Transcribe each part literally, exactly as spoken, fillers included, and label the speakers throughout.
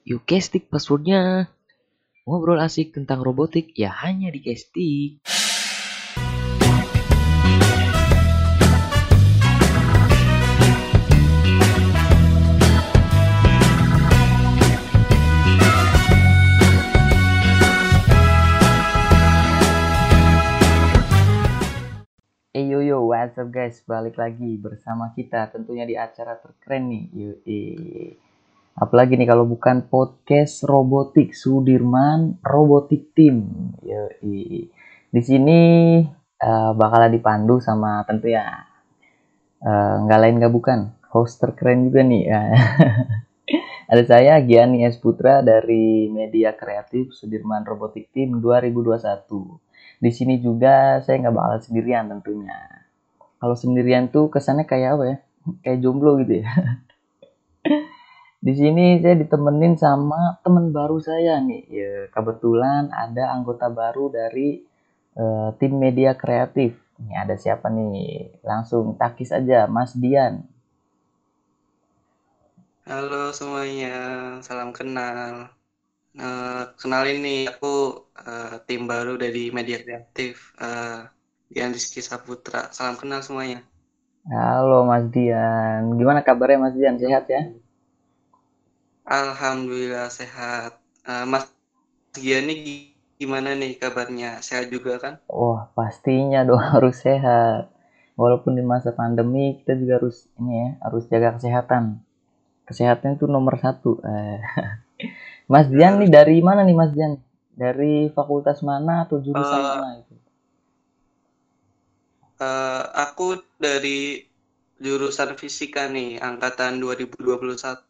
Speaker 1: Yuk Kestik passwordnya. Ngobrol asik tentang robotik ya hanya di Kestik. Hey yo yo, what's up guys? Balik lagi bersama kita tentunya di acara terkeren nih. Yoi. Apalagi nih kalau bukan podcast robotik Sudirman Robotik Team. Yoi. Di sini uh, bakalan dipandu sama tentu ya uh, nggak lain nggak bukan host terkeren juga nih. Ya. Ada saya Gianni S Putra dari Media Kreatif Sudirman Robotik Team dua ribu dua puluh satu. Di sini juga saya nggak bakal sendirian tentunya. Kalau sendirian tuh kesannya kayak apa ya? Kayak jomblo gitu ya. Di sini saya ditemenin sama teman baru saya nih. Ya, kebetulan ada anggota baru dari uh, tim media kreatif. Nih ada siapa nih? Langsung takis aja, Mas Dian.
Speaker 2: Halo semuanya, salam kenal. Eh, kenalin nih, aku eh, tim baru dari Media Kreatif, uh, Dian Rizky Saputra. Salam kenal semuanya.
Speaker 1: Halo Mas Dian. Gimana kabarnya Mas Dian? Sehat ya?
Speaker 2: Alhamdulillah sehat. Eh, Mas Giani gimana nih kabarnya? Sehat juga kan?
Speaker 1: Wah, pastinya dong harus sehat. Walaupun di masa pandemi kita juga harus ini ya, harus jaga kesehatan. Kesehatan itu nomor satu. Eh. Mas Dian nih
Speaker 2: Harus.
Speaker 1: dari mana nih Mas Dian? Dari fakultas mana atau jurusan
Speaker 2: Eh,
Speaker 1: mana itu?
Speaker 2: eh, aku dari jurusan fisika nih, angkatan dua ribu dua puluh satu.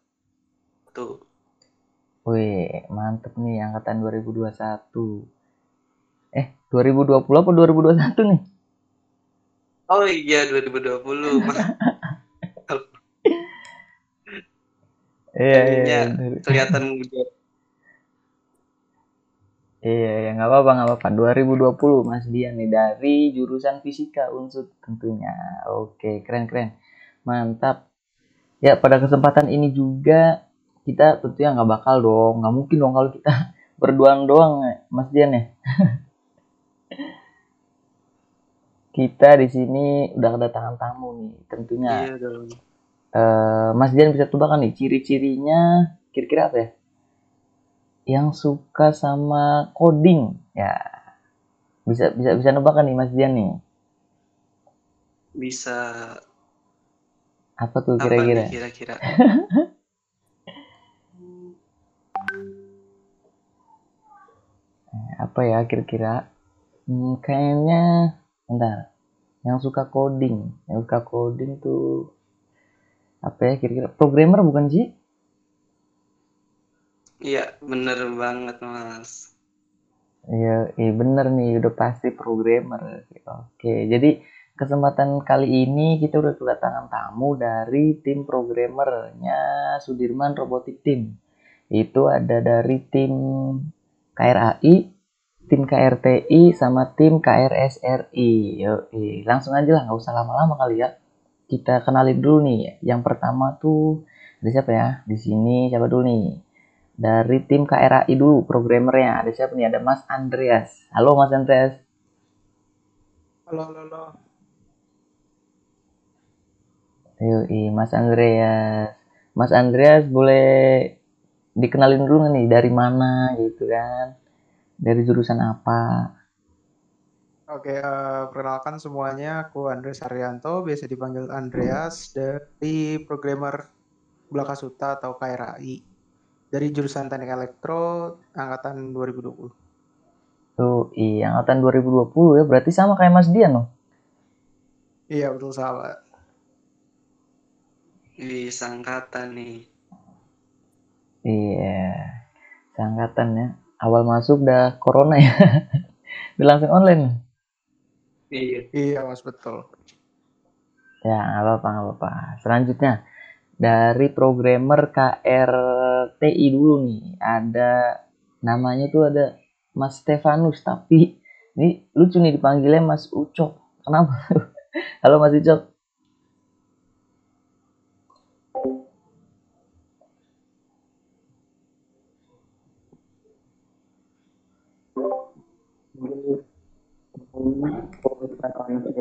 Speaker 1: Wih, mantep nih angkatan dua ribu dua puluh satu. Eh, dua ribu dua puluh apa dua ribu dua puluh satu nih?
Speaker 2: Oh iya, dua ribu dua puluh.
Speaker 1: Iya, iya,
Speaker 2: Jadinya
Speaker 1: iya.
Speaker 2: kelihatan muda.
Speaker 1: Iya, ya nggak apa-apa, nggak apa-apa. dua ribu dua puluh Mas Dian nih dari jurusan fisika unsur tentunya. Oke, keren-keren. Mantap. Ya, pada kesempatan ini juga kita tentunya nggak bakal dong, nggak mungkin dong kalau kita berduaan doang, Mas Dian ya. Kita di sini udah kedatangan tamu nih, tentunya.
Speaker 2: Iya dong.
Speaker 1: Eh, Mas Dian bisa tebak kan nih ciri-cirinya kira-kira apa ya? Yang suka sama coding, ya bisa bisa bisa nebak kan nih Mas Dian nih?
Speaker 2: Bisa
Speaker 1: Apa tuh
Speaker 2: apa
Speaker 1: kira-kira?
Speaker 2: nih kira-kira?
Speaker 1: Apa ya kira-kira? Hmm, kayaknya, bentar. Yang suka coding, yang suka coding tuh apa ya kira-kira? Programmer bukan sih?
Speaker 2: Iya, bener banget, Mas.
Speaker 1: Iya, iya bener nih, udah pasti programmer. Oke, jadi kesempatan kali ini kita udah kedatangan tamu dari tim programmernya Sudirman Robotic Team. Itu ada dari tim K R A I, tim K R T I, sama tim K R S R I. Yoi, langsung aja lah, nggak usah lama-lama kali ya. Kita kenalin dulu nih. Yang pertama tuh ada siapa ya? Di sini siapa dulu nih? Dari tim K R A I dulu programmernya. Ada siapa nih? Ada Mas Andreas. Halo Mas Andreas.
Speaker 2: Halo, halo, halo.
Speaker 1: Yoi, Mas Andreas. Mas Andreas boleh dikenalin dulu nggak nih dari mana gitu kan? Dari jurusan apa?
Speaker 3: Oke, eh, perkenalkan semuanya, aku Andreas Haryanto, biasa dipanggil Andreas dari programmer Blakasuta atau K R A I dari jurusan Teknik Elektro angkatan dua ribu dua puluh.
Speaker 1: Tuh, iya, angkatan dua ribu dua puluh ya. Berarti sama kayak Mas Dian loh.
Speaker 3: Iya, betul sahabat.
Speaker 2: Di sangkatan nih.
Speaker 1: Iya, seangkatan ya. Awal masuk udah corona ya. Udah langsung online.
Speaker 2: Iya.
Speaker 3: Iya, Mas, betul.
Speaker 1: Ya, nggak apa-apa, nggak apa-apa. Selanjutnya, dari programmer K R T I dulu nih. Ada namanya tuh ada Mas Stefanus, tapi ini lucu nih dipanggilnya Mas Ucok. Kenapa? Halo Mas Ucok.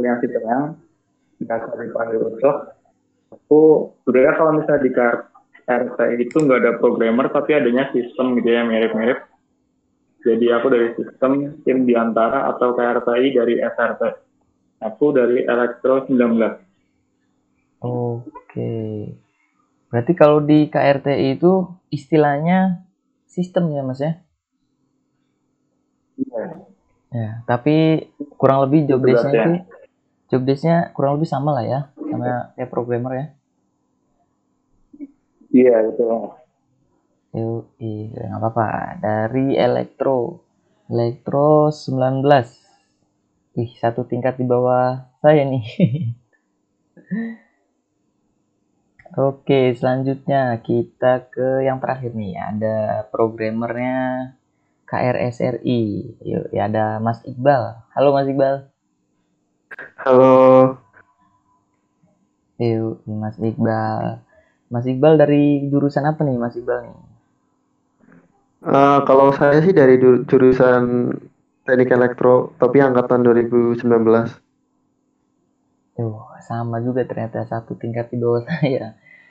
Speaker 4: ngasih terang, nggak dipanggil Ucok. Aku sebenarnya kalau misalnya di K R T I itu nggak ada programmer, tapi adanya sistem gitu ya, mirip-mirip. Jadi aku dari sistem tim diantara atau K R T I dari S R T. Aku dari Elektro sembilan belas.
Speaker 1: Oke. Berarti kalau di K R T I itu istilahnya sistem ya Mas ya?
Speaker 4: Iya.
Speaker 1: Ya, tapi kurang lebih job
Speaker 4: Itu
Speaker 1: desk-nya
Speaker 4: berarti ya.
Speaker 1: itu job desk-nya kurang lebih sama lah ya sama kayak programmer ya.
Speaker 4: Iya, betul.
Speaker 1: Yuk, iya, nggak apa-apa. Dari Elektro. Elektro sembilan belas. Ih, satu tingkat di bawah saya nih. Oke, selanjutnya kita ke yang terakhir nih. Ada programmernya K R S R I. Yuk, ya ada Mas Iqbal. Halo Mas Iqbal.
Speaker 5: Halo,
Speaker 1: Yuk, ini Mas Iqbal. Mas Iqbal dari jurusan apa nih Mas Iqbal nih?
Speaker 5: eh, kalau saya sih dari ju- jurusan Teknik Elektro, tapi angkatan dua ribu sembilan belas.
Speaker 1: Yuh, sama juga ternyata satu tingkat di bawah saya.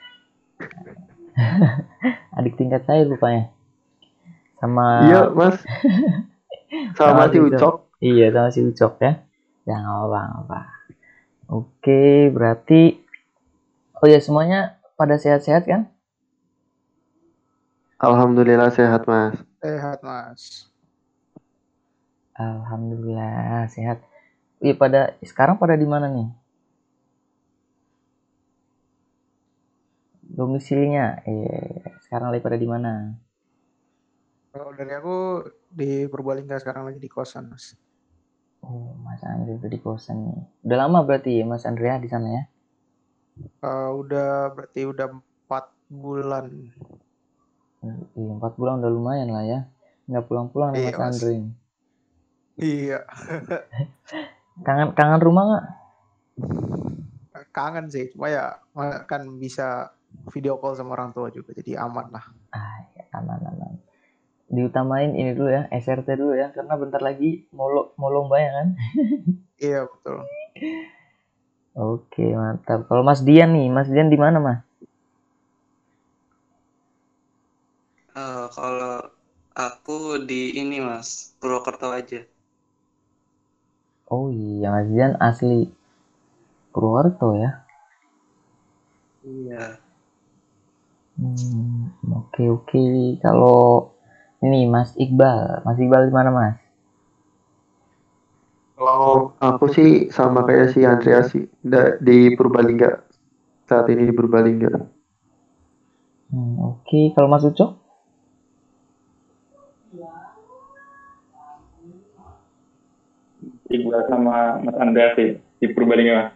Speaker 1: Adik tingkat saya rupanya. Sama
Speaker 5: Iya, Mas. Sama si Ucok.
Speaker 1: Iya, sama si Ucok ya. Ya nggak apa-apa, nggak apa. Oke, berarti oh ya semuanya pada sehat-sehat kan?
Speaker 5: Alhamdulillah sehat, Mas.
Speaker 3: Sehat, Mas.
Speaker 1: Alhamdulillah sehat. Iya pada sekarang pada di mana nih? Domisilinya? Eh, sekarang lagi pada di mana?
Speaker 3: Kalau dari aku di Purbalingga sekarang lagi di kosan, Mas.
Speaker 1: Oh, Mas Andre udah di kosan nih. Udah lama berarti ya Mas Andrea di sana ya?
Speaker 3: Eh, udah berarti udah empat bulan.
Speaker 1: Iya, empat bulan udah lumayan lah ya. Nggak pulang-pulang nih
Speaker 3: Iya,
Speaker 1: Mas
Speaker 3: Mas.
Speaker 1: Andre.
Speaker 3: Iya,
Speaker 1: Kangen kangen rumah nggak?
Speaker 3: kangen sih. Cuma ya kan bisa video call sama orang tua juga, jadi aman lah.
Speaker 1: Ah, ya, aman aman. Diutamain ini dulu ya, S R T dulu ya, karena bentar lagi mau lo- mau lomba ya kan?
Speaker 3: Iya, betul.
Speaker 1: Oke, mantap. Kalau Mas Dian nih, Mas Dian di mana, Mas?
Speaker 2: Eh, kalau aku di ini Mas, Purwokerto aja.
Speaker 1: Oh iya, Mas Dian asli Purwokerto ya.
Speaker 2: Iya.
Speaker 1: Hmm, oke oke. Kalau ini Mas Iqbal, Mas Iqbal di mana, Mas?
Speaker 5: Kalau aku sih sama kayak si Andreas sih, da- di Purbalingga. Saat ini di Purbalingga.
Speaker 1: Hmm, oke. Kalau Mas Ucok?
Speaker 4: Iqbal sama Mas Andreas sih di Purbalingga.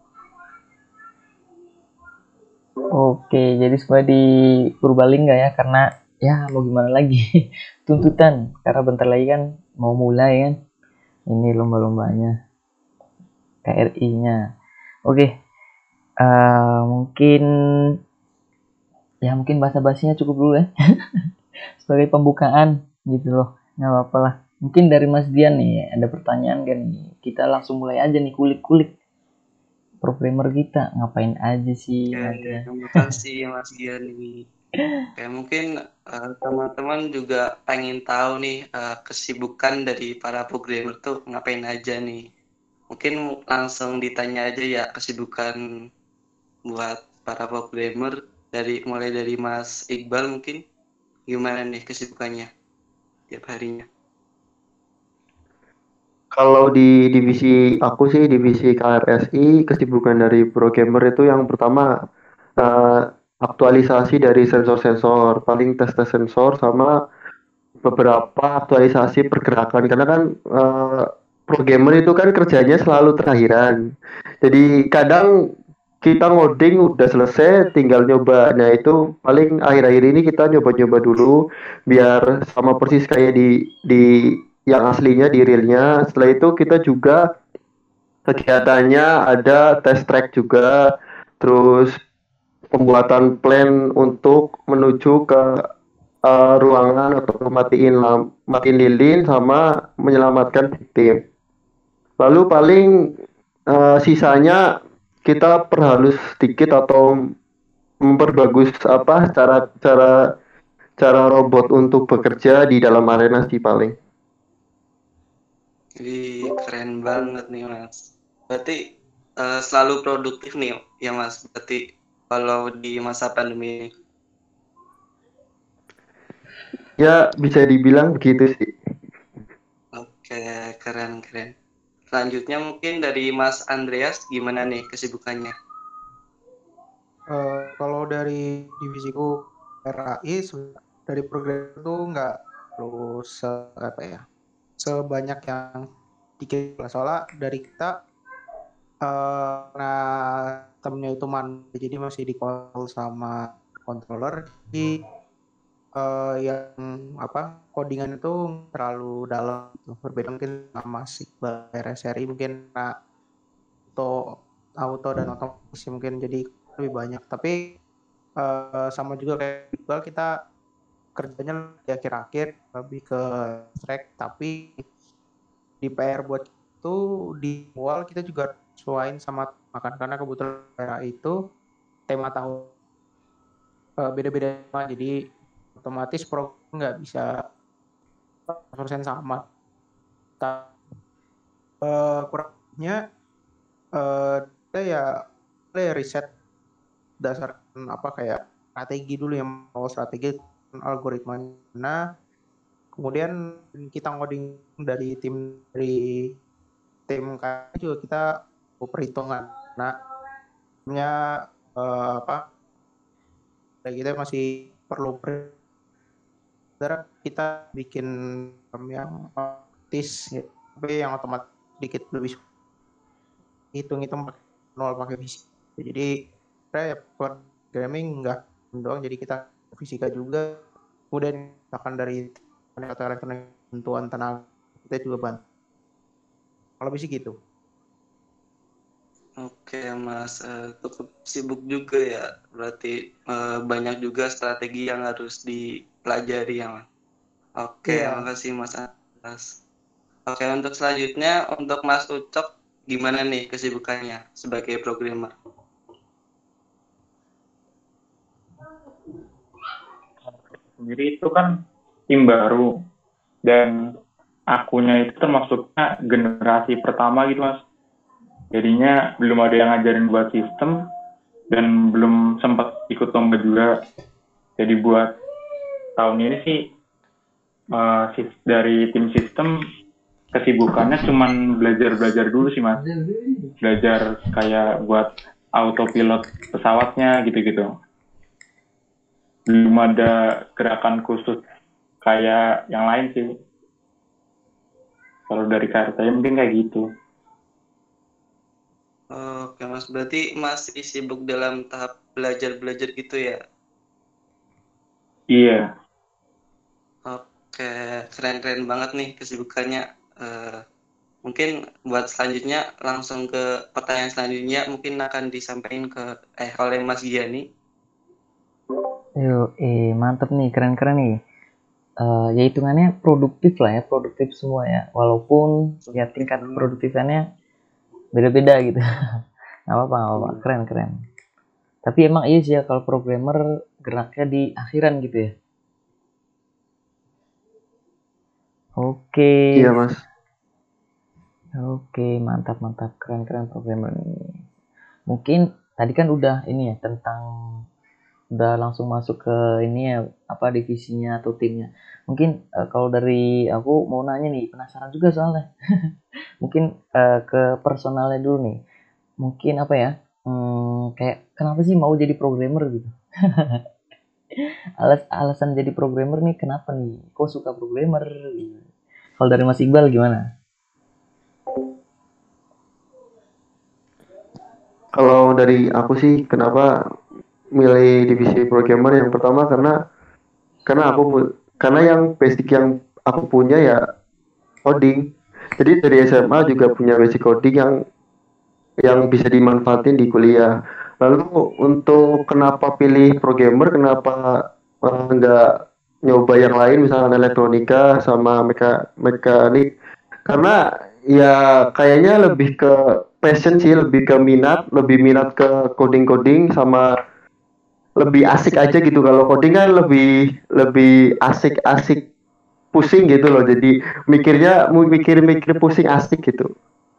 Speaker 1: Oke, jadi semua di Purbalingga ya, karena ya mau gimana lagi tuntutan, karena bentar lagi kan mau mulai kan, ini lomba-lombanya K R I-nya. Oke, eh, mungkin ya mungkin basa-basinya cukup dulu ya sebagai pembukaan gitu loh, nggak apa-apa lah. Mungkin dari Mas Dian nih ada pertanyaan kan nih, kita langsung mulai aja nih kulik-kulik programmer kita ngapain aja sih
Speaker 2: Ya,
Speaker 1: nanti
Speaker 2: ya,
Speaker 1: ya.
Speaker 2: terima kasih Mas Gian ini. Kayak mungkin eh, teman-teman juga pengen tahu nih eh, kesibukan dari para programmer tuh ngapain aja nih. Mungkin langsung ditanya aja ya kesibukan buat para programmer dari mulai dari Mas Iqbal mungkin gimana nih kesibukannya tiap harinya.
Speaker 5: Kalau di divisi aku sih, divisi K R S I, kesibukan dari programmer itu yang pertama eh, aktualisasi dari sensor-sensor, paling tes-tes sensor sama beberapa aktualisasi pergerakan. Karena kan eh, programmer itu kan kerjanya selalu terakhiran. Jadi kadang kita ngoding udah selesai, tinggal nyoba. Nah itu paling akhir-akhir ini kita nyoba-nyoba dulu biar sama persis kayak di di yang aslinya di realnya. Setelah itu kita juga kegiatannya ada test track juga, terus pembuatan plan untuk menuju ke uh, ruangan atau matiin lam, matiin lilin sama menyelamatkan tim. Lalu paling Eh, sisanya kita perhalus sedikit atau memperbagus apa cara cara cara robot untuk bekerja di dalam arena sih paling.
Speaker 2: Wih, keren banget nih Mas. Berarti eh, selalu produktif nih ya Mas. Berarti kalau di masa pandemi ini.
Speaker 5: Ya bisa dibilang begitu sih.
Speaker 2: Oke, keren keren. Selanjutnya mungkin dari Mas Andreas gimana nih kesibukannya?
Speaker 3: Eh, kalau dari divisiku R A I se- dari program itu nggak perlu se apa ya sebanyak yang dikit lah. Soalnya dari kita eh karena temennya itu manusia jadi masih di call sama controller jadi eh, yang apa codingan itu nggak terlalu dalam gitu. Berbeda mungkin sama si R S R I mungkin nah, auto auto dan otomatis mungkin jadi lebih banyak tapi eh, sama juga kayak Iqbal kita kerjanya di akhir-akhir lebih ke track tapi di P R buat itu di awal kita juga sesuaiin sama makan karena kebetulan daerah itu tema tahun eh, beda-beda tema, jadi otomatis program nggak bisa seratus persen sama. Ta- eh, kurangnya eh, kita ya kita ya riset dasar apa kayak strategi dulu yang mau strategi algoritmanya kemudian kita ngoding dari tim dari tim kami juga kita perhitungan nah sebenarnya eh, apa kayak kita masih perlu per- kita bikin film yang otis ya, tapi yang otomatis sedikit lebih hitung-hitung pakai nol pakai fisika jadi saya programming enggak doang jadi kita fisika juga kemudian misalkan dari teknik elektronik bantuan tenaga kita juga bantu kalau bisa gitu.
Speaker 2: Oke Mas, Eh, cukup sibuk juga ya. Berarti eh, banyak juga strategi yang harus dipelajari ya Mas. Oke,
Speaker 3: Iya.
Speaker 2: makasih Mas Andreas. Oke, untuk selanjutnya untuk Mas Ucok gimana nih kesibukannya sebagai programmer?
Speaker 4: Sendiri itu kan tim baru dan akunya itu termasuknya generasi pertama gitu mas. Jadinya belum ada yang ngajarin buat sistem dan belum sempat ikut lomba juga. Jadi buat tahun ini sih uh, dari tim sistem kesibukannya cuman belajar-belajar dulu sih mas. Belajar kayak buat autopilot pesawatnya gitu-gitu. Belum ada gerakan khusus kayak yang lain sih. Kalau dari K R T mungkin kayak gitu.
Speaker 2: Oke Mas, berarti masih sibuk dalam tahap belajar-belajar gitu ya?
Speaker 4: Iya.
Speaker 2: Oke, keren-keren banget nih kesibukannya. Eh, mungkin buat selanjutnya langsung ke pertanyaan selanjutnya mungkin akan disampaikan ke eh oleh Mas Giani.
Speaker 1: Yo, eh mantep nih, keren-keren nih. Eh, ya hitungannya produktif lah ya, produktif semua ya. Walaupun ya tingkat produktifannya beda-beda gitu. Nggak apa-apa, nggak apa-apa. Keren-keren. Tapi emang iya sih ya kalau programmer geraknya di akhiran gitu ya. Oke.
Speaker 5: Iya mas.
Speaker 1: Oke, mantap mantap. Keren-keren programmer nih. Mungkin tadi kan udah ini ya tentang udah langsung masuk ke ini ya apa divisinya atau timnya. Mungkin uh, kalau dari aku mau nanya nih, penasaran juga soalnya. Mungkin uh, ke personalnya dulu nih. Mungkin apa ya? Hmm, kayak kenapa sih mau jadi programmer gitu? Alas alasan jadi programmer nih kenapa nih? Kok suka programmer? Gitu. Kalau dari Mas Iqbal gimana?
Speaker 5: Kalau dari aku sih kenapa milih divisi programmer yang pertama karena karena aku karena yang basic yang aku punya ya coding. Jadi dari S M A juga punya basic coding yang yang bisa dimanfaatin di kuliah. Lalu untuk kenapa pilih programmer, kenapa uh, nggak nyoba yang lain misalnya elektronika sama meka mekanik? Karena Ya kayaknya lebih ke passion sih, lebih ke minat, lebih minat ke coding-coding sama lebih asik aja gitu. Kalau coding kan lebih lebih asik-asik pusing gitu loh. Jadi mikirnya mu- mikir-mikir pusing asik gitu.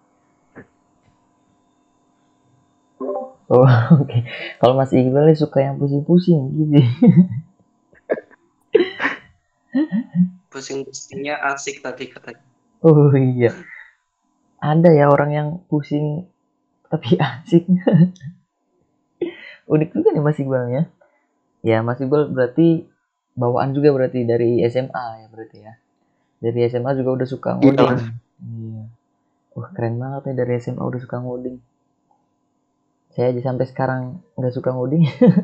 Speaker 1: Oh, oke. Kalau Mas Iqbal nih suka yang pusing-pusing gitu.
Speaker 2: Pusing-pusingnya asik tadi katanya.
Speaker 1: Oh iya. Ada ya orang yang pusing tapi asik. Unik juga nih Mas Iqbalnya. Ya, Mas Iqbal berarti bawaan juga berarti dari S M A ya berarti ya. Dari S M A juga udah suka
Speaker 5: Iya
Speaker 1: ngoding.
Speaker 5: mas.
Speaker 1: Iya. Wah, keren banget nih dari S M A udah suka ngoding. Saya aja sampai sekarang nggak suka ngoding.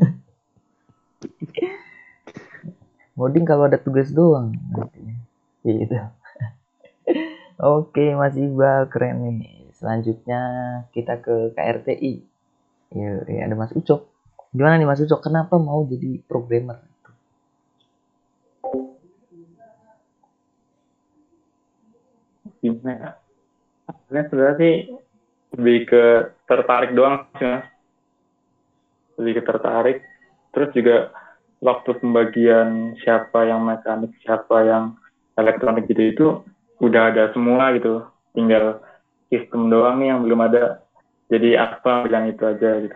Speaker 1: Ngoding kalau ada tugas doang. Gitu. Oke, Mas Iqbal keren nih. Selanjutnya kita ke K R T I. Ya, ya ada Mas Ucok. Gimana nih Mas Ucok? Kenapa mau jadi programmer?
Speaker 4: Gimana ya? Sebenarnya sebenarnya sih lebih ke tertarik doang sih mas. Lebih ke tertarik. Terus juga waktu pembagian siapa yang mekanik, siapa yang elektronik gitu itu udah ada semua gitu. Tinggal sistem doang nih yang belum ada. Jadi apa bilang itu aja gitu.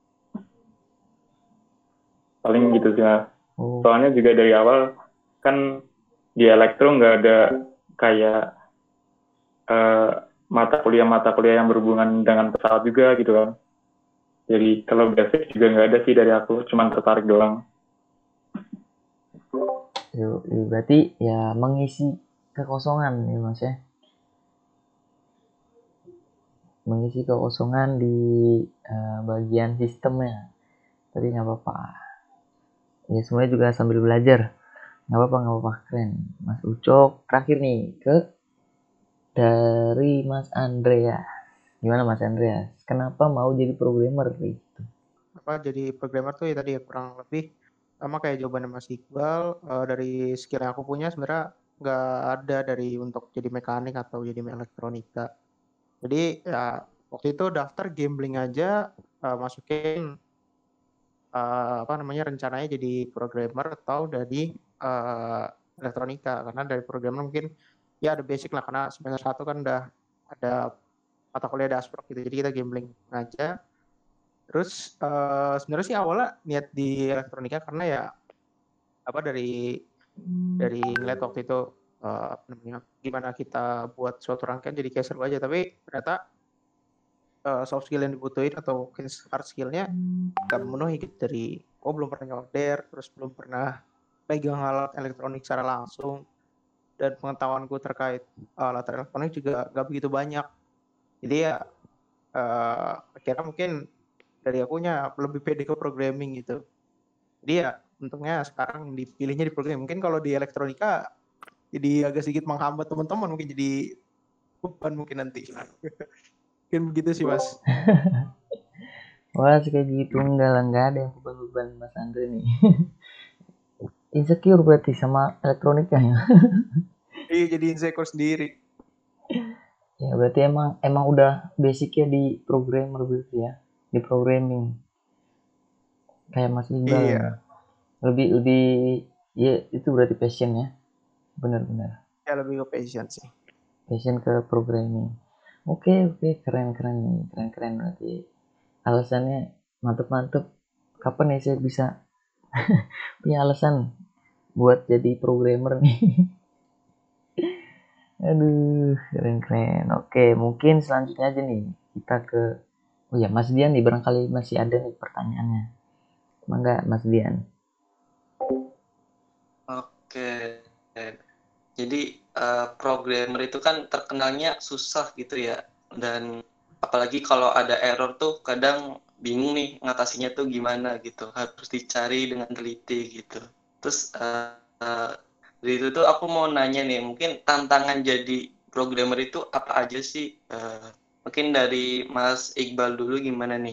Speaker 4: Paling gitu sih mas.
Speaker 1: Oh,
Speaker 4: Soalnya juga dari awal kan di elektro nggak ada kayak eh, mata kuliah-mata kuliah yang berhubungan dengan pesawat juga gitu kan. Jadi kalau basic juga nggak ada sih dari aku, cuma tertarik doang.
Speaker 1: yuk, yuk, berarti ya mengisi kekosongan ya Mas ya. Mengisi kekosongan di uh, bagian sistemnya. Tapi nggak apa-apa. Ya semuanya juga sambil belajar. Nggak apa-apa, nggak apa-apa, keren. Mas Ucok terakhir nih ke dari Mas Andreas. Gimana Mas Andreas? Kenapa mau jadi programmer gitu?
Speaker 3: Apa jadi programmer tuh ya tadi ya kurang lebih sama kayak jawabannya Mas Iqbal. Eh, dari skill yang aku punya sebenarnya nggak ada dari untuk jadi mekanik atau jadi elektronika. Jadi ya waktu itu daftar gambling aja, eh, masukin eh, apa namanya rencananya jadi programmer atau dari eh, elektronika, karena dari programmer mungkin ya ada basic lah, karena semester satu kan udah ada mata kuliah dashboard gitu, jadi kita gambling aja. Terus eh, sebenarnya sih awalnya niat di elektronika karena ya apa dari dari ngeliat waktu itu eh, apa namanya gimana kita buat suatu rangkaian jadi kayak seru aja, tapi ternyata eh, soft skill yang dibutuhin atau mungkin hard skillnya nggak memenuhi gitu. Dari oh belum pernah nyolder, terus belum pernah pegang alat elektronik secara langsung, dan pengetahuanku terkait alat elektronik juga nggak begitu banyak. Jadi ya eh, akhirnya mungkin dari akunya lebih pede ke programming gitu. Jadi ya untungnya sekarang dipilihnya di programming. Mungkin kalau di elektronika jadi agak sedikit menghambat teman-teman, mungkin jadi beban mungkin nanti. Mungkin begitu sih mas.
Speaker 1: Wah, kayak gitu enggak lah, enggak ada yang beban-beban Mas Andre nih. Insecure berarti sama elektronika ya.
Speaker 3: Iya jadi insecure sendiri.
Speaker 1: Ya berarti emang emang udah basicnya di programmer berarti ya, di programming kayak Mas Iqbal
Speaker 3: Iya.
Speaker 1: nih. Lebih lebih ya itu berarti passion ya, benar-benar
Speaker 3: Ya lebih ke passion sih.
Speaker 1: passion ke programming. Oke oke, keren keren nih, keren keren berarti alasannya mantep-mantep. Kapan ya saya bisa punya alasan buat jadi programmer nih? Aduh, keren-keren. Oke, mungkin selanjutnya aja nih kita ke, oh ya Mas Dian nih, barangkali masih ada nih pertanyaannya. Mangga Mas Dian.
Speaker 2: Oke. Jadi eh, programmer itu kan terkenalnya susah gitu ya. Dan apalagi kalau ada error tuh kadang bingung nih ngatasinnya tuh gimana gitu. Harus dicari dengan teliti gitu. Terus eh, eh, dari itu tuh aku mau nanya nih, mungkin tantangan jadi programmer itu apa aja sih? Eh, mungkin dari Mas Iqbal dulu gimana nih?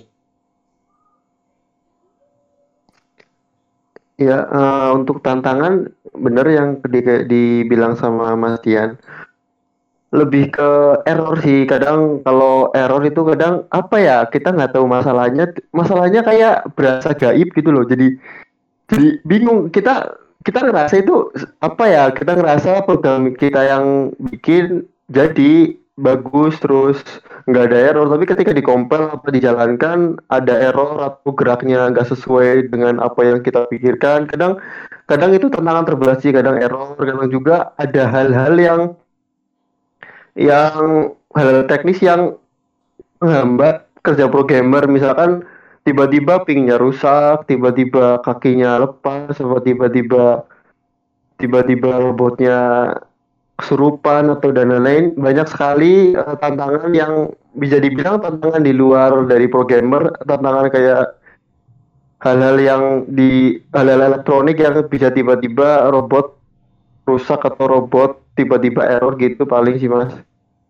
Speaker 5: Ya eh, untuk tantangan bener yang di, dibilang sama Mas Tian, lebih ke error sih. Kadang kalau error itu kadang apa ya, kita nggak tahu masalahnya. Masalahnya kayak berasa gaib gitu loh. Jadi jadi bingung kita kita ngerasa itu apa ya, kita ngerasa program kita yang bikin jadi bagus terus nggak ada error, tapi ketika dikompil apa dijalankan ada error atau geraknya nggak sesuai dengan apa yang kita pikirkan. kadang kadang itu tantangan terbelah sih, kadang error, kadang juga ada hal-hal yang yang hal teknis yang menghambat kerja programmer. Misalkan tiba-tiba pingnya rusak, tiba-tiba kakinya lepas, atau tiba-tiba tiba-tiba robotnya kesurupan atau dan lain-lain. Banyak sekali uh, tantangan yang bisa dibilang tantangan di luar dari programmer, tantangan kayak hal-hal yang di hal-hal elektronik yang bisa tiba-tiba robot rusak atau robot tiba-tiba error gitu paling sih mas.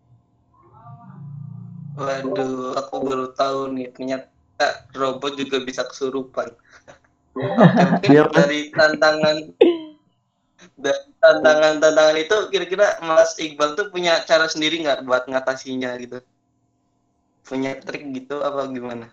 Speaker 2: Waduh, aku baru tahu nih ternyata robot juga bisa kesurupan. Oke, mungkin
Speaker 5: Iya, Mas.
Speaker 2: dari tantangan dari tantangan-tantangan itu kira-kira Mas Iqbal tuh punya cara sendiri nggak buat ngatasinya gitu? Punya trik gitu apa gimana?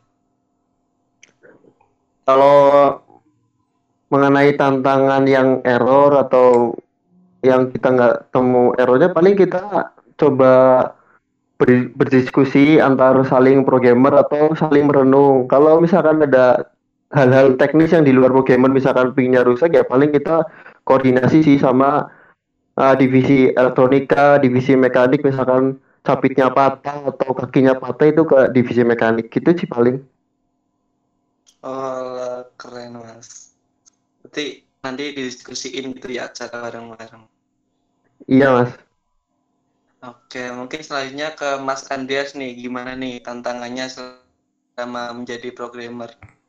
Speaker 5: Kalau mengenai tantangan yang error atau yang kita nggak temu errornya, paling kita coba ber- berdiskusi antar saling programmer atau saling merenung. Kalau misalkan ada hal-hal teknis yang di luar programmer, misalkan pingnya rusak, ya paling kita koordinasi sih sama uh, divisi elektronika, divisi mekanik, misalkan capitnya patah atau kakinya patah itu ke divisi mekanik gitu sih paling.
Speaker 2: Oh, keren Mas. Berarti nanti didiskusiin gitu ya acara bareng-bareng.
Speaker 5: Iya mas.
Speaker 2: Oke, mungkin selanjutnya ke Mas Andreas nih, gimana nih tantangannya selama menjadi programmer?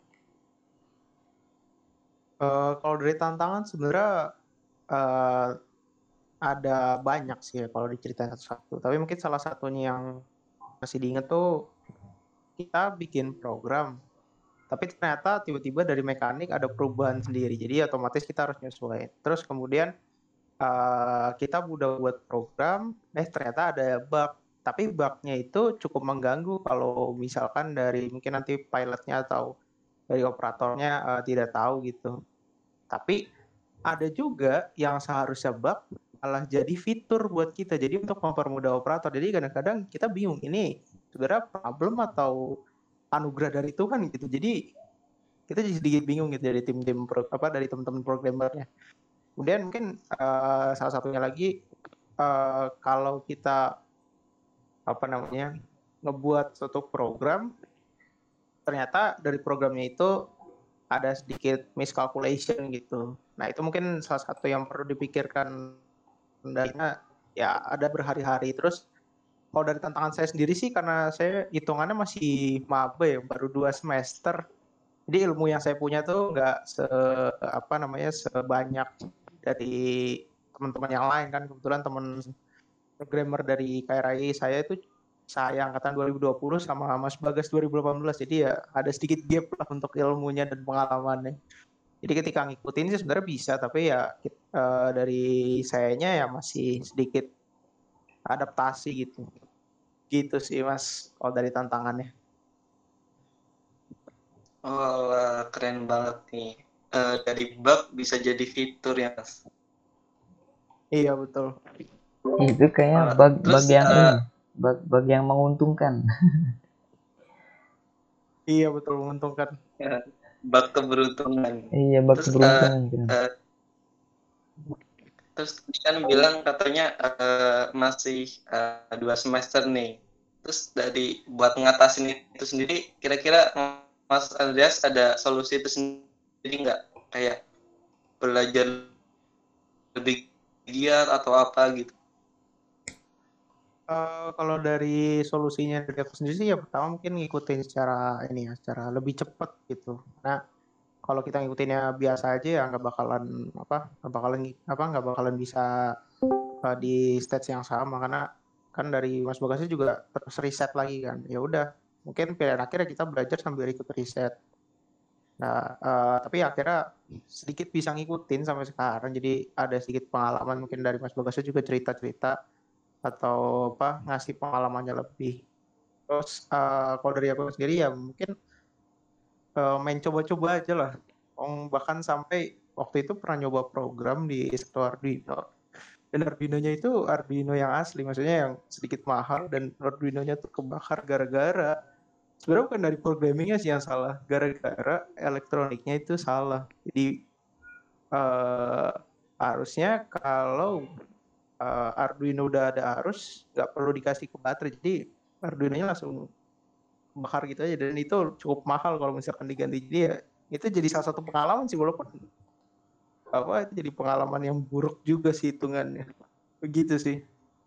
Speaker 3: Eh, kalau dari tantangan sebenarnya eh, ada banyak sih ya kalau diceritain satu-satu. Tapi mungkin salah satunya yang masih diinget tuh kita bikin program, tapi ternyata tiba-tiba dari mekanik ada perubahan sendiri. Jadi otomatis kita harus nyesuaiin. Terus kemudian eh, kita udah buat program, eh ternyata ada bug. Tapi bugnya itu cukup mengganggu kalau misalkan dari mungkin nanti pilotnya atau dari operatornya eh, tidak tahu gitu. Tapi ada juga yang seharusnya bug malah jadi fitur buat kita. Jadi untuk mempermudah operator. Jadi kadang-kadang kita bingung ini sebenarnya problem atau anugerah dari Tuhan gitu. Jadi kita jadi sedikit bingung gitu dari tim-tim pro, apa dari teman-teman programmernya. Kemudian mungkin uh, salah satunya lagi uh, kalau kita apa namanya ngebuat suatu program, ternyata dari programnya itu ada sedikit miscalculation gitu. Nah itu mungkin salah satu yang perlu dipikirkan. Dana ya ada berhari-hari. Terus kalau dari tantangan saya sendiri sih karena saya hitungannya masih maba ya, baru dua semester. Jadi ilmu yang saya punya tuh nggak se apa namanya sebanyak dari teman-teman yang lain kan. Kebetulan teman programmer dari K R I saya itu saya angkatan dua ribu dua puluh sama Mas Bagas dua ribu delapan belas. Jadi ya ada sedikit gap lah untuk ilmunya dan pengalamannya. Jadi ketika ngikutin sih sebenarnya bisa, tapi ya uh, dari sayanya ya masih sedikit adaptasi gitu. Gitu sih Mas, kalau dari tantangannya.
Speaker 2: Oh, keren banget nih. Uh, dari bug bisa jadi fitur ya Mas.
Speaker 3: Iya betul.
Speaker 1: Itu kayaknya bug bug yang uh, ini, bug bug yang menguntungkan.
Speaker 3: Iya betul, menguntungkan.
Speaker 2: Ya. Bug keberuntungan.
Speaker 1: Iya, bug
Speaker 2: terus,
Speaker 1: keberuntungan.
Speaker 2: Uh, uh, terus kan bilang katanya uh, masih uh, dua semester nih. Terus dari buat ngatasin itu sendiri, kira-kira Mas Andreas ada solusi itu sendiri nggak? Kayak belajar lebih giat atau apa gitu?
Speaker 3: Uh, kalau dari solusinya dari aku sendiri sih ya pertama mungkin ngikutin secara ini ya, secara lebih cepat gitu. Nah kalau kita ngikutinnya biasa aja ya nggak bakalan apa nggak bakalan apa nggak bakalan bisa uh, di stage yang sama, karena kan dari Mas Bagasnya juga terus riset lagi kan. Ya udah mungkin pilihan akhirnya kita belajar sambil ikut riset. Nah uh, tapi akhirnya sedikit bisa ngikutin sampai sekarang, jadi ada sedikit pengalaman mungkin dari Mas Bagasnya juga cerita-cerita atau apa ngasih pengalamannya lebih. Terus uh, kalau dari aku sendiri ya mungkin uh, main coba-coba aja lah. Om bahkan sampai waktu itu pernah nyoba program di satu Arduino. Dan Arduino-nya itu Arduino yang asli, maksudnya yang sedikit mahal dan Arduino-nya tuh kebakar gara-gara sebenarnya bukan dari programmingnya sih yang salah, gara-gara elektroniknya itu salah. Jadi uh, harusnya kalau uh, Arduino udah ada arus, nggak perlu dikasih ke baterai, jadi Arduino-nya langsung bakar gitu aja, dan itu cukup mahal kalau misalkan diganti. Jadi ya itu jadi salah satu pengalaman sih, walaupun apa itu jadi pengalaman yang buruk juga sih hitungannya. Begitu sih.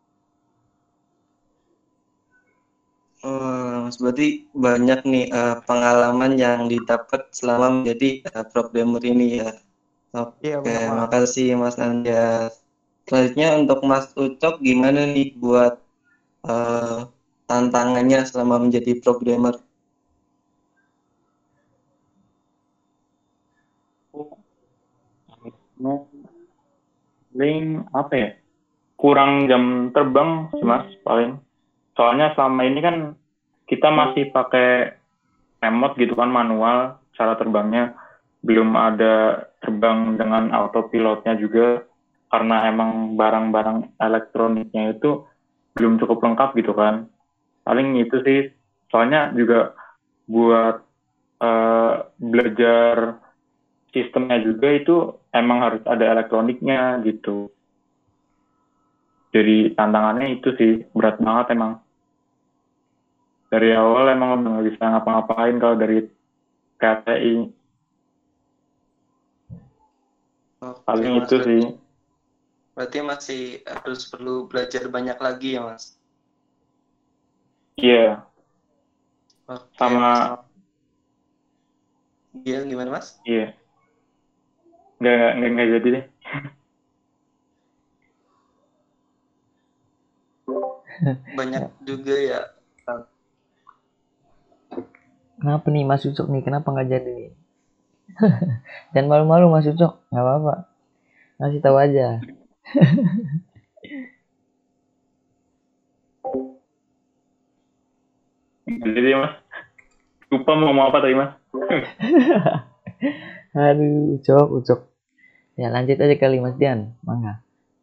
Speaker 2: Hmm, berarti banyak nih uh, pengalaman yang didapat selama menjadi uh, programmer ini ya. Oke,
Speaker 3: Iya benar.
Speaker 2: makasih Mas Anjas. Selanjutnya untuk Mas Ucok gimana nih buat uh, tantangannya selama menjadi programmer?
Speaker 4: Paling apa ya? Kurang jam terbang sih Mas paling. Soalnya selama ini kan kita masih pakai remote gitu kan, manual cara terbangnya, belum ada terbang dengan autopilotnya juga, karena emang barang-barang elektroniknya itu belum cukup lengkap gitu kan. Paling itu sih, soalnya juga buat uh, belajar sistemnya juga itu emang harus ada elektroniknya gitu. Jadi tantangannya itu sih, berat banget emang. Dari awal emang udah nggak bisa ngapa-ngapain kalau dari K T I.
Speaker 2: Oke,
Speaker 4: Paling
Speaker 2: Mas,
Speaker 4: itu
Speaker 2: berarti,
Speaker 4: sih.
Speaker 2: berarti masih harus perlu belajar banyak lagi ya Mas?
Speaker 4: Iya.
Speaker 2: Oke,
Speaker 4: Sama.
Speaker 2: Mas. Iya, gimana Mas?
Speaker 4: Iya. Nggak, nggak, nggak, nggak jadi deh.
Speaker 2: Banyak juga ya.
Speaker 1: Kenapa nih Mas Ucok nih? Kenapa nggak jadi nih? Dan malu-malu Mas Ucok, nggak apa-apa. Ngasih tahu aja.
Speaker 4: Jadi Mas, lupa mau ngomong apa tadi Mas?
Speaker 1: Aduh, Ucok, Ucok. Ya lanjut aja kali Mas Dian, mangga.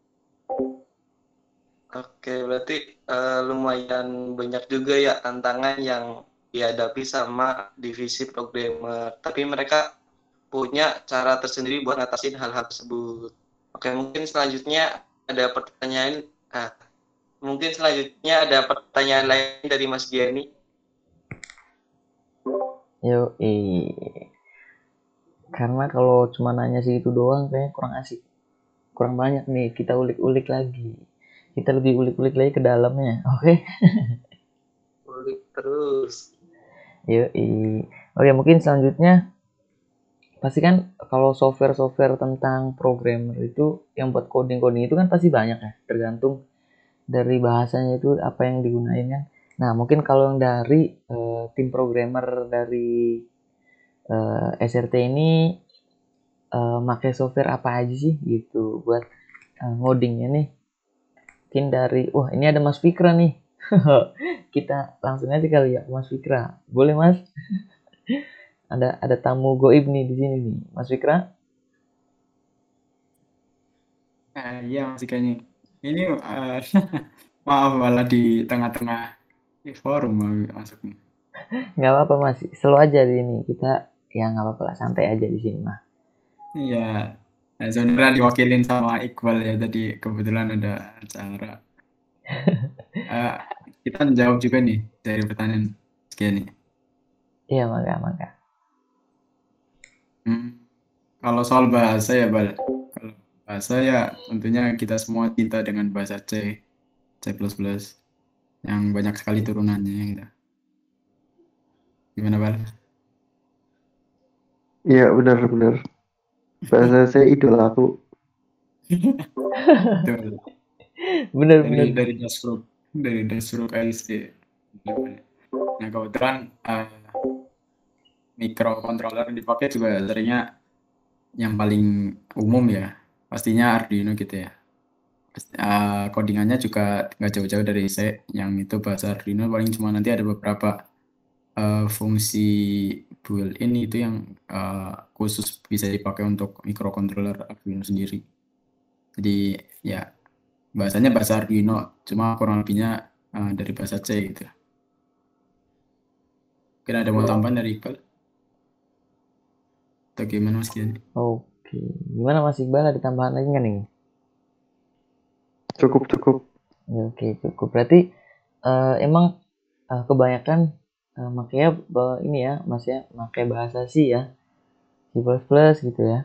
Speaker 2: Oke, berarti uh, lumayan banyak juga ya tantangan yang dihadapi sama divisi programmer. Tapi mereka punya cara tersendiri buat ngatasin hal-hal tersebut. Oke, mungkin selanjutnya ada pertanyaan. Ah, mungkin selanjutnya ada pertanyaan lain dari Mas Giani.
Speaker 1: Yo, eh. Karena kalau cuma nanya segitu doang kayaknya kurang asik. Kurang banyak nih, kita ulik-ulik lagi. Kita lebih ulik-ulik lagi ke dalamnya, oke? Okay?
Speaker 2: Ulik terus.
Speaker 1: Yo, eh. Oke, mungkin selanjutnya pasti kan kalau software-software tentang programmer itu yang buat coding-coding itu kan pasti banyak ya, tergantung dari bahasanya itu apa yang digunain kan. Nah, mungkin kalau yang dari uh, tim programmer dari uh, S R T ini uh, pakai software apa aja sih gitu buat uh, ngodingnya nih. Mungkin dari wah ini ada Mas Fikra nih. Kita langsung aja kali ya Mas Fikra. Boleh Mas? ada ada tamu goib nih di sini nih. Mas Fikra?
Speaker 6: Uh, iya Mas Gani. Ini uh, maaf malah di tengah-tengah forum masuknya.
Speaker 1: Nggak apa-apa Mas, selalu aja di ini. Kita ya nggak apa-apa lah, santai aja di sini mah.
Speaker 6: Iya, nah, sebenarnya diwakilin sama Iqbal ya, tadi kebetulan ada acara. uh, kita menjawab juga nih dari pertanyaan Mas Gani.
Speaker 1: Iya, mangga, mangga.
Speaker 6: Hmm. Kalau soal bahasa ya, Bal. Kalau bahasa ya tentunya kita semua cinta dengan bahasa C, C plus plus, yang banyak sekali turunannya gitu. Gimana, Bal?
Speaker 5: Iya, benar-benar. Bahasa saya idola aku.
Speaker 6: Betul.
Speaker 1: Bener,
Speaker 6: Dari
Speaker 1: bener.
Speaker 6: dari Dasruk, dari Dasruk I C. Nah, kebetulan uh, microcontroller yang dipakai juga seringnya yang paling umum ya, pastinya Arduino gitu ya. uh, codingannya juga nggak jauh-jauh dari C, yang itu bahasa Arduino paling cuma nanti ada beberapa uh, fungsi built-in itu yang uh, khusus bisa dipakai untuk microcontroller Arduino sendiri. Jadi ya bahasanya bahasa Arduino, cuma kurang lebihnya uh, dari bahasa C gitu. Kira ada mau tambahan dari Iqbal? Atau gimana Mas Kian?
Speaker 1: Oke, gimana Mas Iqbal, ada tambahan lagi nggak nih?
Speaker 5: Cukup cukup.
Speaker 1: Ya, oke, cukup. Berarti uh, emang uh, kebanyakan uh, makanya uh, ini ya, Mas ya, pakai bahasa C ya, C plus plus gitu ya.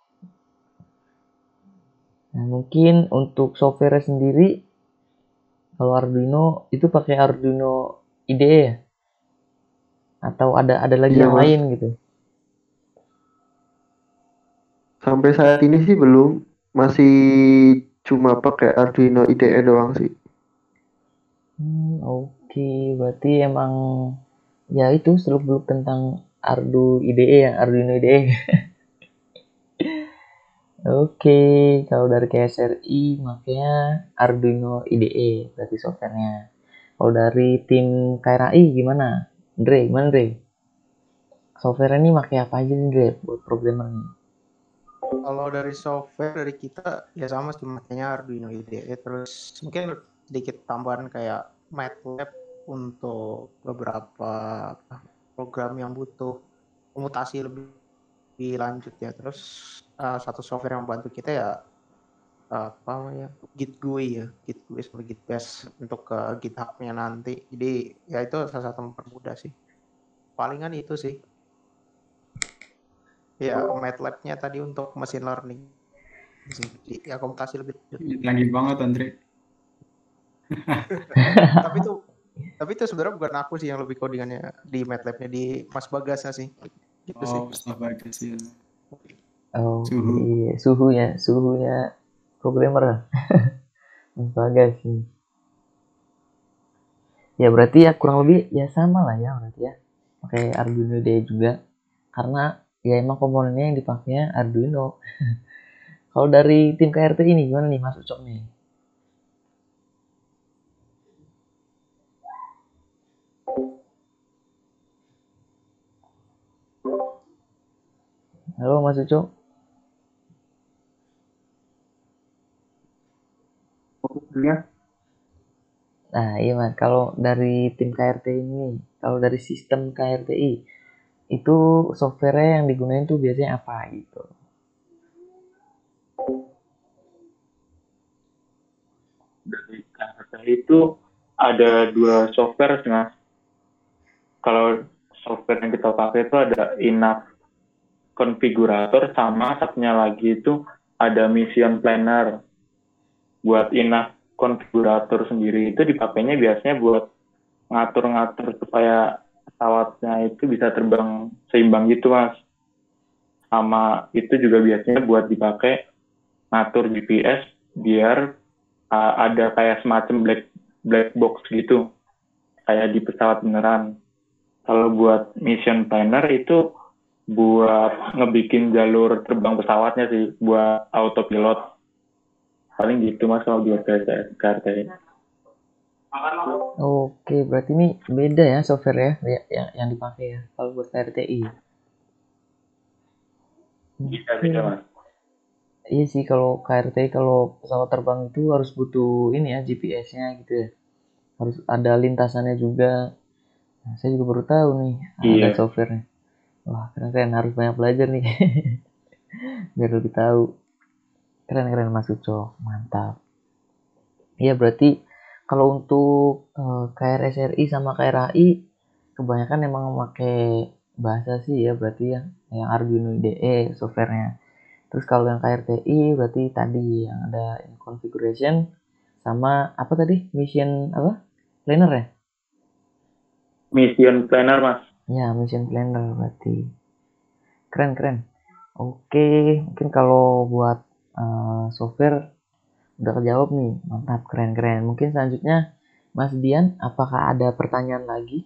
Speaker 1: Nah, mungkin untuk software sendiri, kalau Arduino itu pakai Arduino I D E ya? Atau ada ada lagi
Speaker 5: Iya,
Speaker 1: yang
Speaker 5: Mas.
Speaker 1: lain gitu?
Speaker 5: Sampai saat ini sih belum, masih cuma pakai Arduino I D E doang sih.
Speaker 1: Hmm, oke, berarti emang ya itu seluk-beluk tentang Ardu I D E ya, Arduino I D E. Oke, kalau dari K S R I makanya Arduino I D E berarti softwarenya. Kalau dari tim K R A I gimana? Dre, gimana Dre? Software ini pakai apa aja nih Dre buat programmer nih?
Speaker 3: Kalau dari software dari kita ya sama sih makanya Arduino I D E, terus mungkin sedikit tambahan kayak MATLAB untuk beberapa program yang butuh komutasi lebih, lebih lanjut ya. Terus uh, satu software yang membantu kita ya uh, apa namanya Git G U I ya, Git G U I sama Git Bash untuk ke uh, GitHub-nya nanti. Jadi ya itu salah satu mempermudah sih. Palingan itu sih. Ya MATLAB-nya tadi untuk machine learning sih. Ya komutasi lebih lanjut.
Speaker 6: Canggih banget Andre.
Speaker 3: tapi itu tapi itu sebenarnya bukan aku sih yang lebih codingannya di MATLAB-nya, di Mas Bagasnya sih gitu sih.
Speaker 6: Oh, sabar kecil.
Speaker 1: Oh,
Speaker 6: Suhu.
Speaker 1: iya, suhunya, suhunya programmer. Mas Bagas sih. Ya berarti ya kurang lebih ya sama lah ya berarti ya. Pakai Arduino I D E juga. Karena ya emang komponennya yang dipakainya Arduino. Kalau dari tim K R T ini gimana nih Mas Ucok nih? Halo Mas Ucok. Nah iya Mas, kalau dari tim K R T ini, kalau dari sistem K R T I, itu software yang digunain tuh biasanya apa gitu?
Speaker 4: Dari K R T itu ada dua software Mas. Kalau software yang kita pakai itu ada Enough Configurator, sama satunya lagi itu ada Mission Planner. Buat Enough Configurator sendiri itu dipakainya biasanya buat ngatur-ngatur supaya pesawatnya itu bisa terbang seimbang gitu Mas. Sama itu juga biasanya buat dipakai ngatur G P S biar uh, ada kayak semacam black black box gitu kayak di pesawat beneran. Kalau buat Mission Planner itu buat ngebikin jalur terbang pesawatnya sih, buat autopilot. Paling gitu Mas kalau buat K R T.
Speaker 1: Oke, berarti ini beda ya software ya yang, yang dipakai ya kalau buat K R T I.
Speaker 4: Bisa bisa Mas.
Speaker 1: Iya sih, kalau K R T I kalau pesawat terbang itu harus butuh ini ya G P S-nya gitu ya. Harus ada lintasannya juga. Nah, saya juga baru tahu nih
Speaker 4: Iya.
Speaker 1: ada softwarenya. Wah, keren-keren, harus banyak belajar nih. Biar lebih tahu. Keren-keren Mas Uco, mantap. Iya, berarti kalau untuk uh, K R S R I sama K R A I kebanyakan emang memakai bahasa sih ya berarti ya, yang Arduino I D E softwarenya. Terus kalau yang K R T I berarti tadi yang ada configuration sama apa tadi? Mission apa? Planner ya?
Speaker 4: Mission Planner Mas.
Speaker 1: Ya, mission planner berarti. Keren-keren. Oke, mungkin kalau buat uh, software udah kejawab nih. Mantap, keren-keren. Mungkin selanjutnya Mas Dian, apakah ada pertanyaan lagi?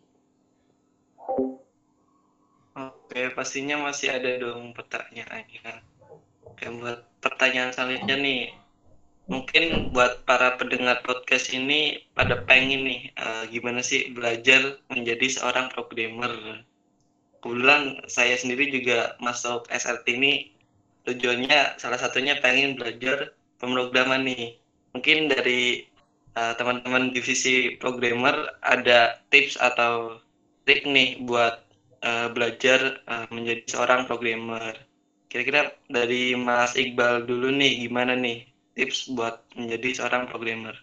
Speaker 2: Oke, pastinya masih ada dong pertanyaannya. Oke, buat pertanyaan selanjutnya nih. mungkin buat para pendengar podcast ini pada pengen nih uh, gimana sih belajar menjadi seorang programmer. Kebetulan saya sendiri juga masuk S R T ini tujuannya salah satunya pengen belajar pemrograman nih. Mungkin dari uh, teman-teman divisi programmer ada tips atau trik nih buat uh, belajar uh, menjadi seorang programmer. Kira-kira dari Mas Iqbal dulu nih, gimana nih tips buat menjadi seorang programmer?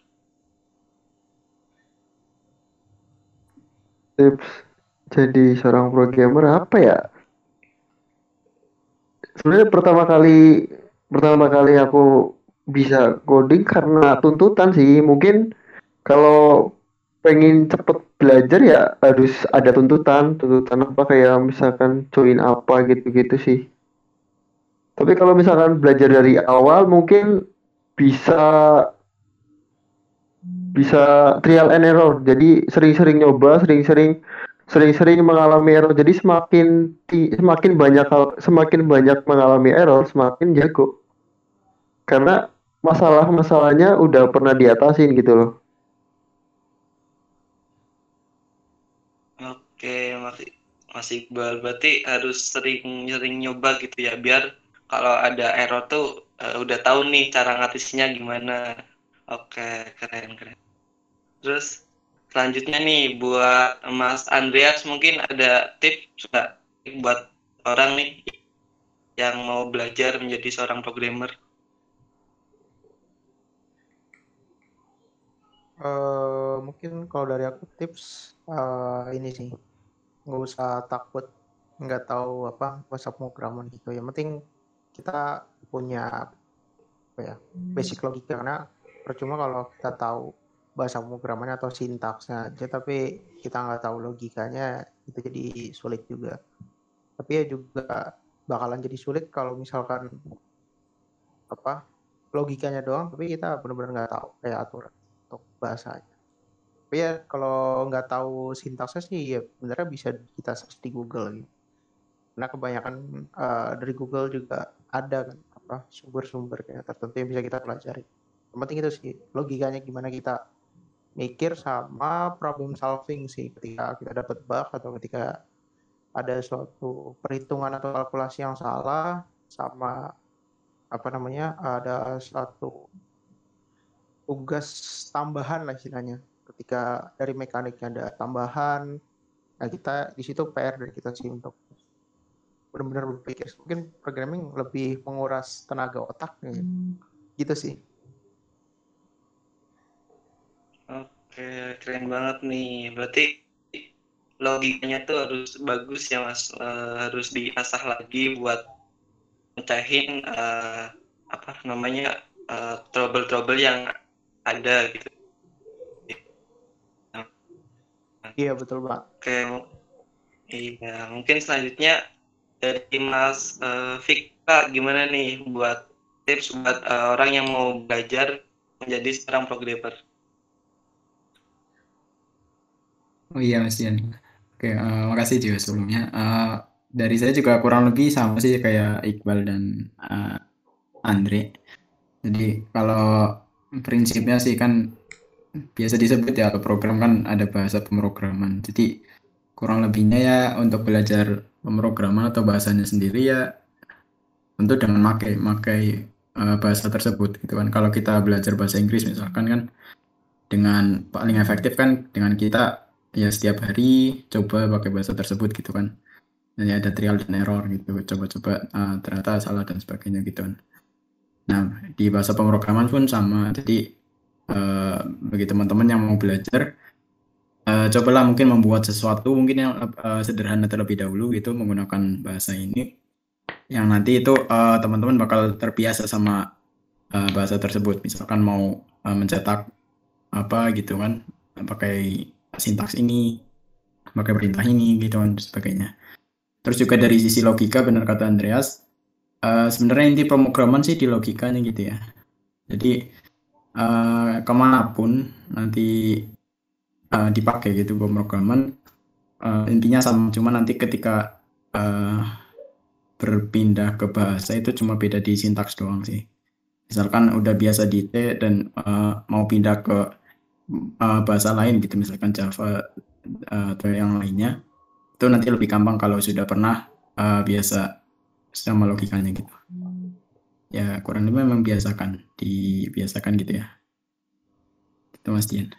Speaker 5: Tips jadi seorang programmer apa ya? Sebenarnya pertama kali pertama kali aku bisa coding karena tuntutan sih. Mungkin kalau pengen cepet belajar ya harus ada tuntutan, tuntutan apa kayak misalkan join apa gitu-gitu sih. Tapi kalau misalkan belajar dari awal mungkin bisa bisa trial and error. Jadi sering-sering nyoba, sering-sering sering-sering mengalami error. Jadi semakin ti- semakin banyak hal- semakin banyak mengalami error, semakin jago. Karena masalah-masalahnya udah pernah diatasin gitu loh.
Speaker 2: Oke, Mas, Mas Iqbal, berarti harus sering-sering nyoba gitu ya, biar kalau ada error tuh uh, udah tahu nih cara ngatasinnya gimana. Oke, keren, keren. Terus selanjutnya nih buat Mas Andreas mungkin ada tips nggak buat orang nih yang mau belajar menjadi seorang programmer?
Speaker 3: Uh, mungkin kalau dari aku tips uh, ini sih, nggak usah takut nggak tahu apa bahasa pemrograman gitu. Yang penting kita punya apa ya basic logika, karena percuma kalau kita tahu bahasa pemrogramannya atau sintaksnya aja tapi kita nggak tahu logikanya, itu jadi sulit juga. Tapi ya juga bakalan jadi sulit kalau misalkan apa logikanya doang tapi kita benar-benar nggak tahu kayak aturan untuk bahasanya. Tapi ya kalau nggak tahu sintaksnya sih ya sebenarnya bisa kita search di Google gitu. Karena kebanyakan uh, dari Google juga ada kan apa sumber-sumber kayak tertentu yang bisa kita pelajari. Yang penting itu sih logikanya gimana kita mikir sama problem solving sih ketika kita dapat bug atau ketika ada suatu perhitungan atau kalkulasi yang salah, sama apa namanya ada satu tugas tambahan lah istilahnya ketika dari mekaniknya ada tambahan. Nah kita di situ P R dari kita sih untuk benar-benar berpikir. Mungkin programming lebih menguras tenaga otak ya. Gitu sih.
Speaker 2: Oke, keren banget nih. Berarti logikanya tuh harus bagus ya Mas, uh, harus diasah lagi buat mecahin uh, apa namanya uh, trouble-trouble yang ada gitu.
Speaker 3: Iya betul Pak.
Speaker 2: Oke, iya mungkin selanjutnya dari Mas uh, Fikta gimana nih buat tips buat uh, orang yang mau belajar menjadi seorang programmer?
Speaker 6: Oh iya Mas Ian. Oke, uh, makasih juga sebelumnya. Uh, dari saya juga kurang lebih sama sih kayak Iqbal dan uh, Andre. Jadi kalau prinsipnya sih kan biasa disebut ya program kan ada bahasa pemrograman. Jadi kurang lebihnya ya untuk belajar pemrograman atau bahasanya sendiri ya tentu dengan makai makai uh, bahasa tersebut gitu kan. Kalau kita belajar bahasa Inggris misalkan kan dengan paling efektif kan dengan kita ya setiap hari coba pakai bahasa tersebut gitu kan. Jadi ada trial dan error gitu, coba-coba uh, ternyata salah dan sebagainya gitu kan. Nah di bahasa pemrograman pun sama. Jadi uh, bagi teman-teman yang mau belajar, uh, cobalah mungkin membuat sesuatu mungkin yang uh, sederhana terlebih dahulu gitu menggunakan bahasa ini. Yang nanti itu uh, teman-teman bakal terbiasa sama uh, bahasa tersebut. Misalkan mau uh, mencetak apa gitu kan, pakai sintaks ini, pakai perintah ini gitu kan sebagainya. Terus juga dari sisi logika benar kata Andreas, uh, sebenarnya inti pemrograman sih di logikanya gitu ya. Jadi uh, kemanapun nanti uh, dipakai gitu pemrograman, uh, intinya sama, cuma nanti ketika uh, berpindah ke bahasa itu cuma beda di sintaks doang sih. misalkan udah biasa di T dan uh, mau pindah ke uh, bahasa lain gitu, misalkan Java uh, atau yang lainnya, itu nanti lebih gampang kalau sudah pernah uh, biasa sama logikanya gitu. Ya kurang lebih memang biasakan, dibiasakan gitu ya. Itu Mas Dian.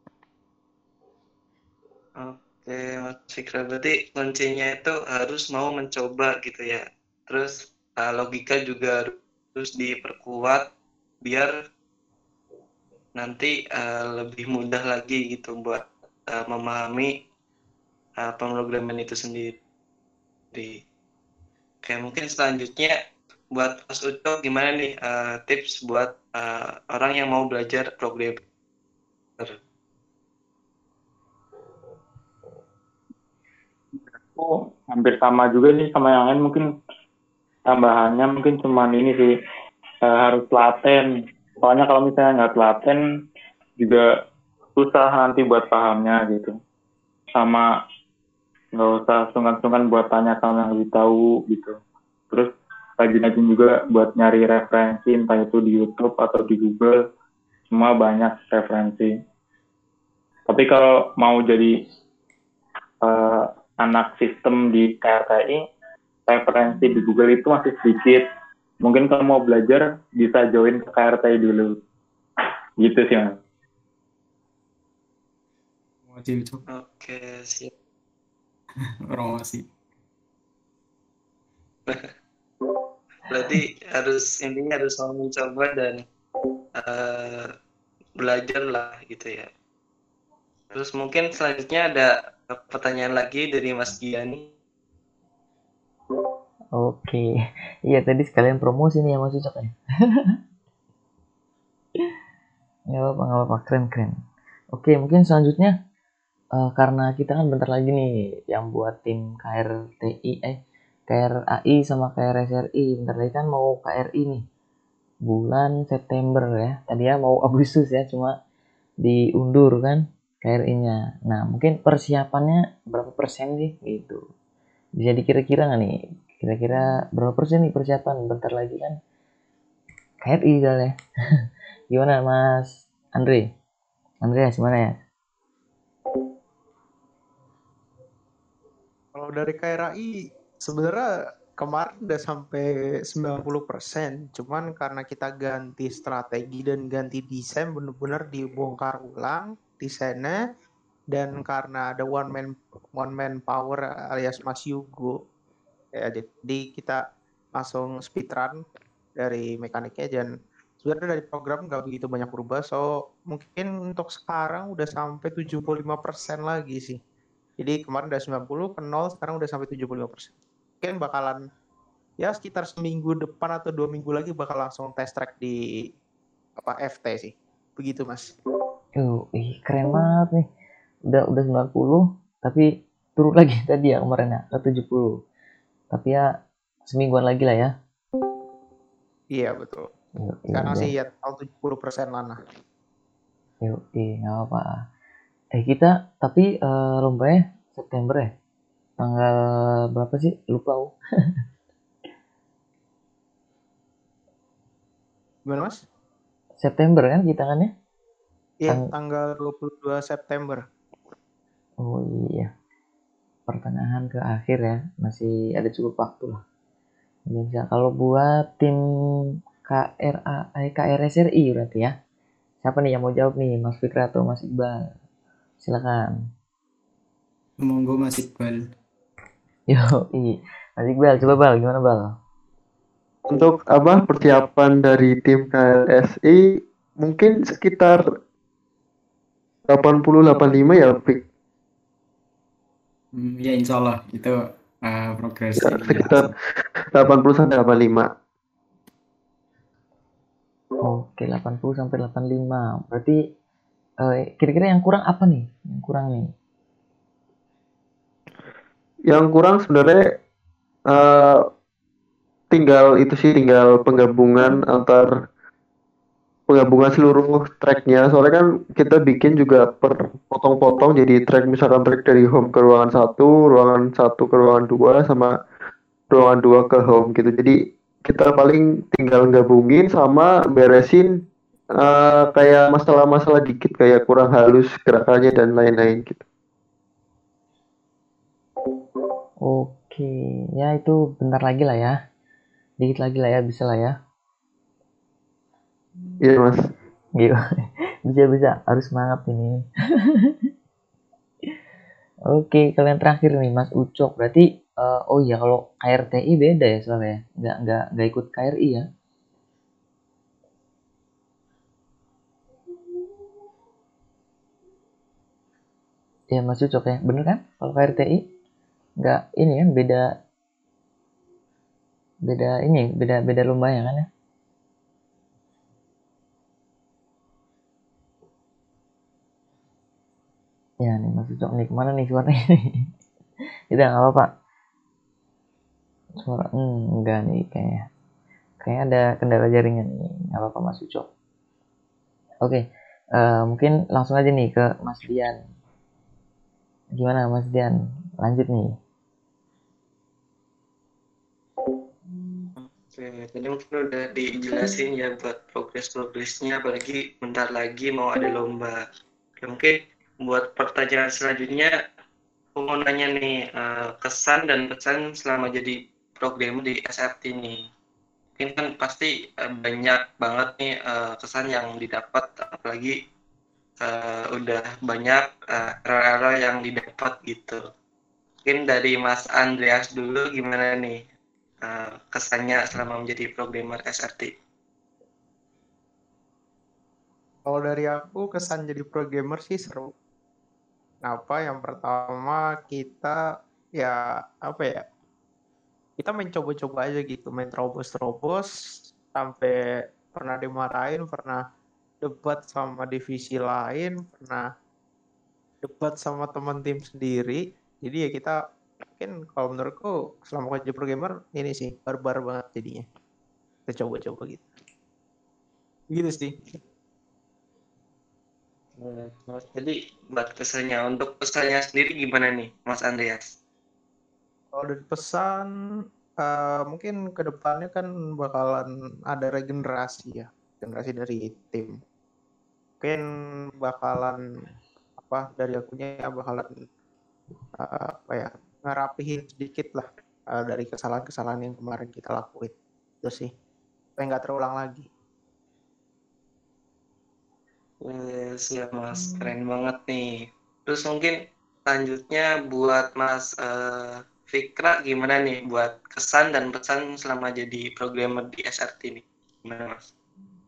Speaker 2: Oke, Mas Fikra, berarti kuncinya itu harus mau mencoba gitu ya. Terus uh, logika juga harus diperkuat biar nanti uh, lebih mudah lagi gitu buat uh, memahami uh, pemrograman itu sendiri. Oke, mungkin selanjutnya buat Mas Uco gimana nih uh, tips buat uh, orang yang mau belajar programmer?
Speaker 4: Aku hampir sama juga nih sama yang lain, mungkin tambahannya mungkin cuman ini sih, uh, harus telaten. Soalnya kalau misalnya nggak telaten juga susah nanti buat pahamnya gitu. Sama nggak usah sungkan-sungkan buat tanya sama yang lebih tahu gitu. Terus rajin-rajin juga buat nyari referensi, entah itu di YouTube atau di Google, semua banyak referensi. Tapi kalau mau jadi uh, anak sistem di K R T I, referensi di Google itu masih sedikit. Mungkin kalau mau belajar bisa join ke K R T I dulu. Gitu sih, Mas.
Speaker 2: Oke, siap.
Speaker 6: Promosi.
Speaker 2: Berarti harus intinya harus mau mencoba dan uh, belajar lah gitu ya. Terus mungkin selanjutnya ada pertanyaan lagi dari Mas Giani.
Speaker 1: Oke, iya tadi sekalian promosi nih ya Mas Ucok ya. Nggak apa-apa, nggak apa-apa, keren-keren. Oke, mungkin selanjutnya uh, karena kita kan bentar lagi nih yang buat tim K R T I, eh K R A I sama K R S R I, bentar lagi kan mau K R I nih, bulan September ya. Tadinya mau Agustus ya, cuma diundur kan K R I-nya. Nah, mungkin persiapannya berapa persen sih gitu? Bisa dikira-kira nggak nih? Kira-kira berapa persen nih persiapan? Bentar lagi kan K R I soalnya. Gimana Mas Andre? Andreas gimana ya?
Speaker 3: Kalau dari K R A I sebenarnya kemarin udah sampai sembilan puluh persen, cuman karena kita ganti strategi dan ganti desain, benar-benar dibongkar ulang desainnya, dan karena ada one man one man power alias Mas Yugo ya, jadi kita langsung speedrun dari mekaniknya, dan sebenarnya dari program nggak begitu banyak berubah, so mungkin untuk sekarang udah sampai tujuh puluh lima persen lagi sih. Jadi kemarin udah sembilan puluh ke nol, sekarang udah sampai tujuh puluh lima persen. Mungkin bakalan ya sekitar seminggu depan atau dua minggu lagi bakal langsung test track di apa F T sih. Begitu Mas.
Speaker 1: Uh, ih, keren banget nih. Udah udah sembilan puluh tapi turun lagi tadi ya kemarin ya ke tujuh puluh. Tapi ya semingguan lagi lah ya.
Speaker 3: Iya betul.
Speaker 1: Yuk,
Speaker 3: Sekarang
Speaker 1: yuk,
Speaker 3: sih ya tujuh puluh persen lah.
Speaker 1: Yuk, nggak apa-apa. Eh kita tapi uh, lombanya September ya? Tanggal berapa sih? Lupa aku.
Speaker 3: Gimana Mas?
Speaker 1: September kan kita kan ya?
Speaker 3: Iya,
Speaker 1: Tang-
Speaker 3: tanggal dua puluh dua September.
Speaker 1: Oh iya. Pertengahan ke akhir ya. Masih ada cukup waktu lah. Bisa kalau buat tim K R A eh, K R S R I berarti ya. Siapa nih yang mau jawab nih? Mas Fikra atau Mas Iqbal? Silakan.
Speaker 6: Monggo Mas Iqbal.
Speaker 1: Yo, Mas Iqbal, coba Bal, gimana Bal?
Speaker 5: Untuk apa persiapan dari tim K R S I mungkin sekitar delapan puluh delapan puluh lima ya, Fik.
Speaker 6: Hmm, ya insya Allah itu uh, progres
Speaker 5: Ya,
Speaker 6: ini.
Speaker 5: sekitar delapan puluh sampai delapan puluh lima.
Speaker 1: Oke, delapan puluh sampai delapan puluh lima. Berarti eh, kira-kira yang kurang apa nih? Yang kurang nih.
Speaker 5: Yang kurang sebenarnya uh, tinggal itu sih, tinggal penggabungan antar penggabungan seluruh tracknya. Soalnya kan kita bikin juga per potong-potong jadi track, misalkan track dari home ke ruangan satu, ruangan satu ke ruangan dua, sama ruangan dua ke home gitu. Jadi kita paling tinggal gabungin sama beresin eh, kayak masalah-masalah dikit kayak kurang halus gerakannya dan lain-lain gitu.
Speaker 1: Oke, ya itu bentar lagi lah ya. Dikit lagi lah ya, bisa lah ya.
Speaker 5: Iya mas.
Speaker 1: Gitu. Bisa-bisa, harus semangat ini. Oke, kalian terakhir nih Mas Ucok. Berarti eh, oh iya kalau K R T I beda ya soalnya. Nggak nggak nggak ikut K R I ya. Ya Mas Ucok ya, bener kan? Kalau K R T I nggak ini kan beda beda ini beda beda lomba ya kan ya. Ya nih Mas Ucok nih kemana nih suaranya nih? Tidak nggak apa-apa. Suara hmm, enggak nih kayaknya. Kayaknya ada kendala jaringan nih. Nggak apa-apa Mas Ucok. Oke, eh, mungkin langsung aja nih ke Mas Dian. Gimana Mas Dian? Lanjut nih.
Speaker 2: Oke, tadi mungkin udah dijelasin ya buat progres-progresnya, apalagi bentar lagi mau ada lomba. Oke, mungkin buat pertanyaan selanjutnya, aku mau nanya nih, eh, kesan dan pesan selama jadi programmer di S R T nih. Mungkin kan pasti eh, banyak banget nih eh, kesan yang didapat, apalagi eh, udah banyak eh, error-error yang didapat gitu. Mungkin dari Mas Andreas dulu gimana nih eh, kesannya selama menjadi programmer S R T?
Speaker 3: Kalau dari aku kesan jadi programmer sih seru. Kenapa? Yang pertama kita ya apa ya? Kita main coba-coba aja gitu, main terobos-terobos sampai pernah dimarahin, pernah debat sama divisi lain, pernah debat sama teman tim sendiri. Jadi ya kita mungkin kalau menurutku selama kerja programmer ini sih barbar banget jadinya. Kita coba-coba gitu. Gitu sih.
Speaker 2: Hmm, jadi buat kesannya, untuk pesannya sendiri gimana nih Mas Andreas?
Speaker 3: Kalau dari pesan uh, mungkin kedepannya kan bakalan ada regenerasi ya, regenerasi dari tim. Mungkin bakalan apa dari akunya bakalan uh, apa ya ngerapihin sedikit lah uh, dari kesalahan-kesalahan yang kemarin kita lakuin. Itu sih, supaya nggak terulang lagi.
Speaker 2: Eh, siap Mas, keren banget nih. Terus mungkin selanjutnya buat Mas eh, Fikra gimana nih buat kesan dan pesan selama jadi programmer di S R T nih? Gimana Mas?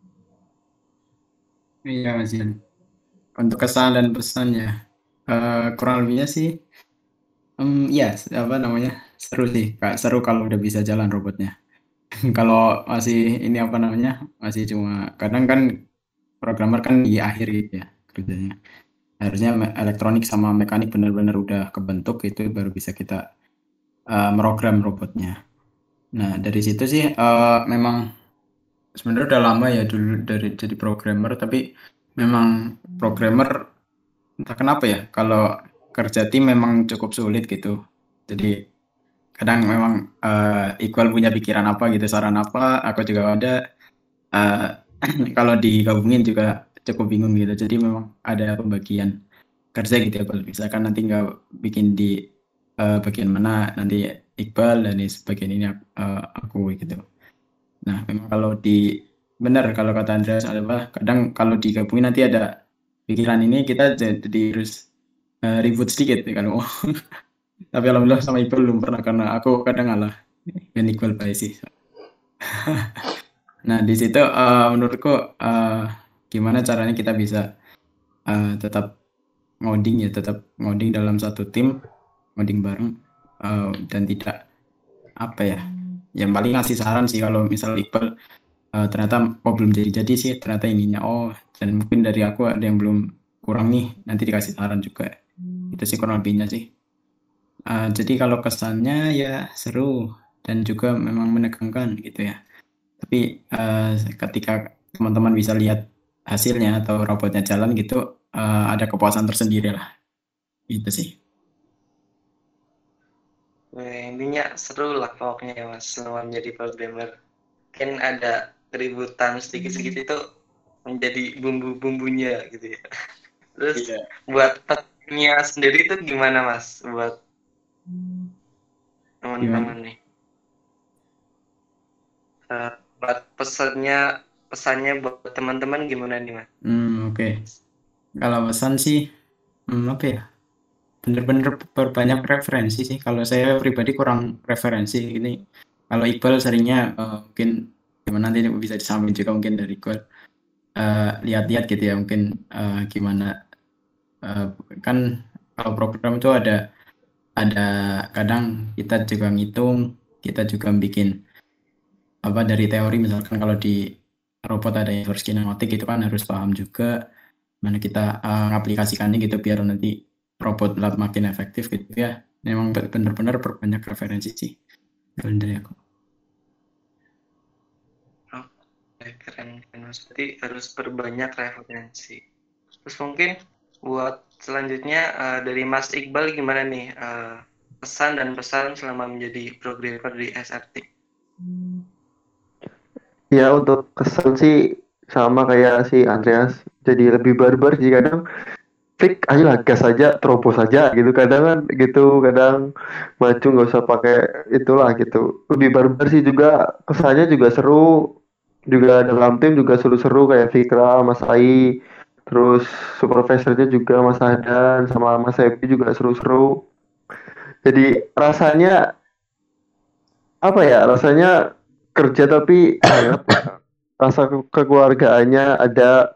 Speaker 6: Iya Mas Ian. Untuk kesan dan pesannya, eh, kurang lebihnya sih, em, ya apa namanya seru sih, Kak. Seru kalau udah bisa jalan robotnya. Kalau masih ini apa namanya masih cuma kadang kan programmer kan di akhir gitu ya kerjanya. Harusnya me- elektronik sama mekanik benar-benar udah kebentuk itu baru bisa kita eh, merogram robotnya. Nah dari situ sih eh, memang sebenarnya udah lama ya dulu dari jadi programmer, tapi memang programmer entah kenapa ya kalau kerja tim memang cukup sulit gitu. Jadi kadang memang eh, Iqbal punya pikiran apa gitu, saran apa, aku juga ada. eh, Kalau digabungin juga cukup bingung gitu. Jadi memang ada pembagian kerja gitu ya. Kalau misalkan nanti nggak bikin di eh, bagian mana, nanti Iqbal dan di bagian ini eh, aku gitu. Nah, memang kalau di benar kalau kata Andreas adalah kadang kalau digabungin nanti ada pikiran ini kita jadi harus eh, ribut sedikit ya kalau mau. Tapi alhamdulillah sama Iqbal belum pernah karena aku kadang ngalah dan Iqbal baik sih. Nah, di situ eh, menurutku eh, gimana caranya kita bisa eh, tetap ngoding ya, tetap ngoding dalam satu tim, ngoding bareng eh, dan tidak apa ya, yang paling ngasih saran sih kalau misal Iqbal eh, ternyata oh belum jadi-jadi sih ternyata ininya oh dan mungkin dari aku ada yang belum kurang nih nanti dikasih saran juga itu sih kurang lebihnya sih. Eh, jadi kalau kesannya ya seru dan juga memang menegangkan gitu ya. Tapi eh, ketika teman-teman bisa lihat hasilnya atau robotnya jalan gitu, eh, ada kepuasan tersendiri lah. Itu sih.
Speaker 2: Eh, intinya seru lah pokoknya ya Mas selama menjadi programmer. mungkin ada keributan sedikit-sedikit itu menjadi bumbu-bumbunya gitu ya. Terus
Speaker 6: Iya.
Speaker 2: buat pesannya sendiri itu gimana Mas buat teman-teman nih? Uh, buat pesannya pesannya buat teman-teman gimana nih Mas?
Speaker 6: Hmm, oke. Kalau pesan sih, hmm, apa ya? Bener-bener perbanyak referensi sih. Kalau saya pribadi kurang referensi ini. Kalau Iqbal seringnya eh, mungkin gimana nanti bisa disampaikan juga mungkin dari Iqbal. Eh, lihat-lihat gitu ya mungkin eh, gimana eh, kan kalau program itu ada ada kadang kita juga ngitung, kita juga bikin apa dari teori misalkan kalau di robot ada inverse kinematik itu kan harus paham juga mana kita uh, ngaplikasikannya gitu biar nanti robot lab makin efektif gitu ya. Memang benar-benar perbanyak referensi sih kalau dari aku.
Speaker 2: Oke, keren keren Mas. Berarti harus perbanyak referensi. Terus mungkin buat selanjutnya uh, dari Mas Iqbal gimana nih uh, pesan dan pesan selama menjadi programmer di S R T?
Speaker 5: Ya untuk kesan sih sama kayak si Andreas, jadi lebih barbar sih kadang. Klik aja lah, gas aja, terobos aja gitu. Kadang kan gitu, kadang maju nggak usah pakai itulah gitu. Lebih barbar sih juga, kesannya juga seru. Juga dalam tim juga seru-seru kayak Fikra, Mas Ai, terus supervisornya juga Mas Hadan sama Mas Epi juga seru-seru. Jadi rasanya apa ya? Rasanya kerja tapi hangat. Rasa ke- kekeluargaannya ada.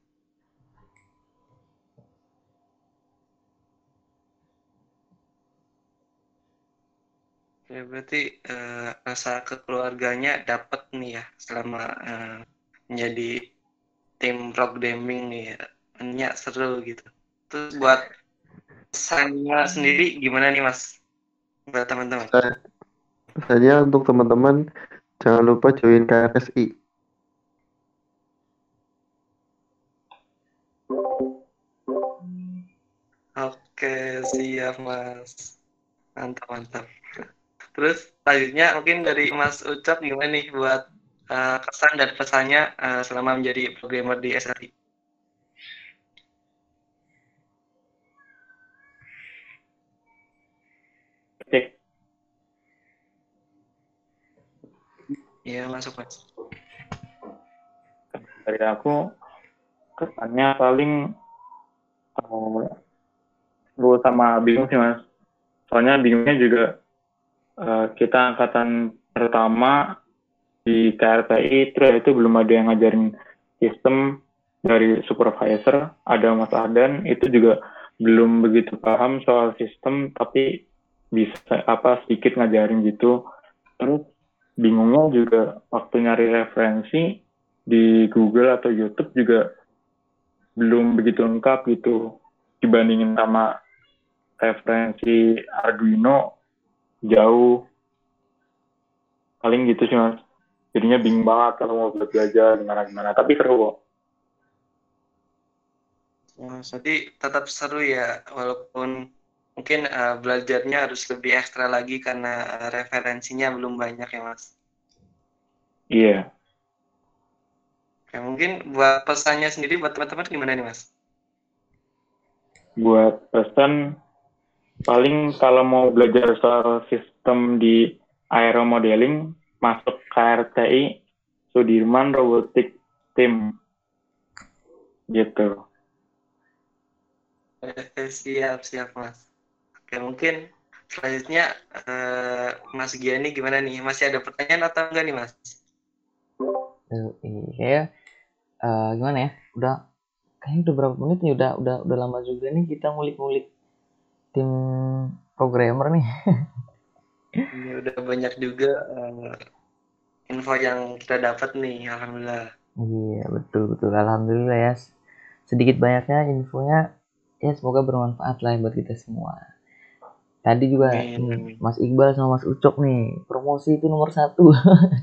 Speaker 2: Ya, berarti uh, rasa kekeluarganya dapat nih ya selama uh, menjadi tim programming nih ya. Ini seru gitu. Terus buat pesannya sendiri gimana nih Mas buat teman-teman?
Speaker 5: Rasanya untuk teman-teman jangan lupa join K R S I.
Speaker 2: Oke, siap Mas. Mantap, mantap. Terus selanjutnya mungkin dari Mas Ucap gimana nih buat uh, kesan dan pesannya uh, selama menjadi programmer di S R I?
Speaker 4: Oke,
Speaker 2: Iya, masuk Mas.
Speaker 4: dari aku kesannya paling uh, lu sama bingung sih Mas. Soalnya bingungnya juga uh, kita angkatan pertama di K R T I, terus itu belum ada yang ngajarin sistem dari supervisor, ada Mas Adan, itu juga belum begitu paham soal sistem, tapi bisa apa sedikit ngajarin gitu. Terus bingungnya juga waktu nyari referensi di Google atau YouTube juga belum begitu lengkap gitu dibandingin sama referensi Arduino jauh, paling gitu sih Mas. Jadinya bingung banget kalau mau belajar gimana-gimana, tapi seru kok.
Speaker 2: Mas, jadi tetap seru ya, walaupun mungkin uh, belajarnya harus lebih ekstra lagi karena uh, referensinya belum banyak ya Mas.
Speaker 4: Iya.
Speaker 2: Oke, mungkin buat pesannya sendiri buat teman-teman gimana nih Mas?
Speaker 4: Buat pesan, paling kalau mau belajar soal sistem di aeromodeling, masuk K R T I Sudirman Robotic Team gitu.
Speaker 2: Oke, siap, siap Mas. Oke, mungkin selanjutnya uh, Mas Giani gimana nih? Masih ada pertanyaan atau enggak nih Mas?
Speaker 1: Uh, iya, uh, gimana ya? Udah kayaknya udah berapa menit nih? Udah udah udah lama juga nih kita ngulik-ngulik tim programmer nih.
Speaker 2: Ini udah banyak juga uh, info yang kita dapat nih, alhamdulillah.
Speaker 1: Iya, betul betul. Alhamdulillah ya. Sedikit banyaknya infonya ya semoga bermanfaat lah buat kita semua. Tadi juga
Speaker 2: Amin.
Speaker 1: Mas Iqbal sama Mas Ucok nih, promosi itu nomor satu.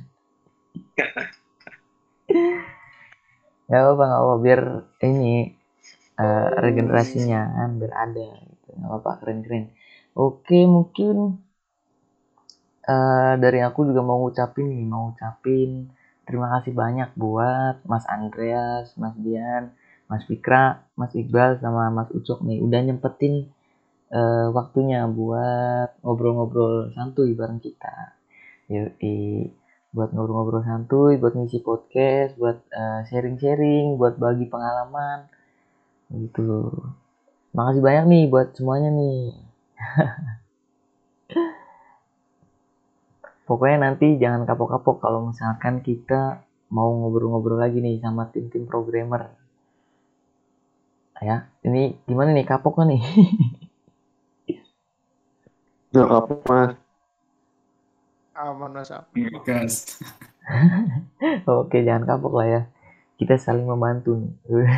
Speaker 1: Gak apa gak apa biar ini uh, regenerasinya kan biar ada gitu. Gak apa keren-keren. Oke, mungkin uh, dari aku juga mau ngucapin nih, mau ngucapin terima kasih banyak buat Mas Andreas, Mas Dian, Mas Fikra, Mas Iqbal, sama Mas Ucok nih udah nyempetin uh, waktunya buat ngobrol-ngobrol santuy bareng kita. Yoi, buat ngobrol-ngobrol santuy, buat ngisi podcast, buat uh, sharing-sharing, buat bagi pengalaman gitu. Makasih banyak nih buat semuanya nih. Pokoknya nanti jangan kapok-kapok kalau misalkan kita mau ngobrol-ngobrol lagi nih sama tim-tim programmer. Ya, ini gimana nih, kapok kan nih?
Speaker 5: Nggak apa mas.
Speaker 3: Aman mas.
Speaker 6: Gas.
Speaker 1: Oke, jangan kapok lah ya. Kita saling membantu nih.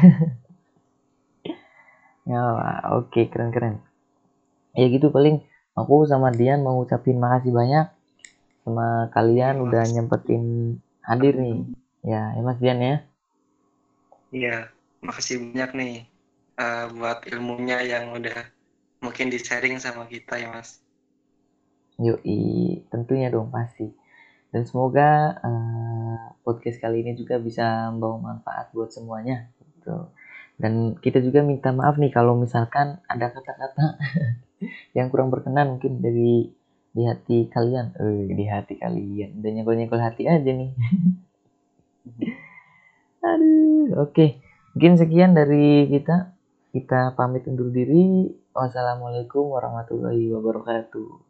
Speaker 1: Ya, oke, keren-keren. Ya gitu, paling aku sama Dian mau ucapin makasih banyak sama kalian udah nyempetin hadir nih. Ya, ya Mas Dian ya.
Speaker 2: Iya, makasih banyak nih uh, buat ilmunya yang udah mungkin di-sharing sama kita ya Mas.
Speaker 1: Yoi, tentunya dong pasti. Dan semoga uh, podcast kali ini juga bisa membawa manfaat buat semuanya gitu. Dan kita juga minta maaf nih kalau misalkan ada kata-kata yang kurang berkenan mungkin dari di hati kalian. Eh, di hati kalian. Dan nyenggol-nyenggol hati aja nih. Aduh, oke. Okay. Mungkin sekian dari kita. Kita pamit undur diri. Wassalamualaikum warahmatullahi wabarakatuh.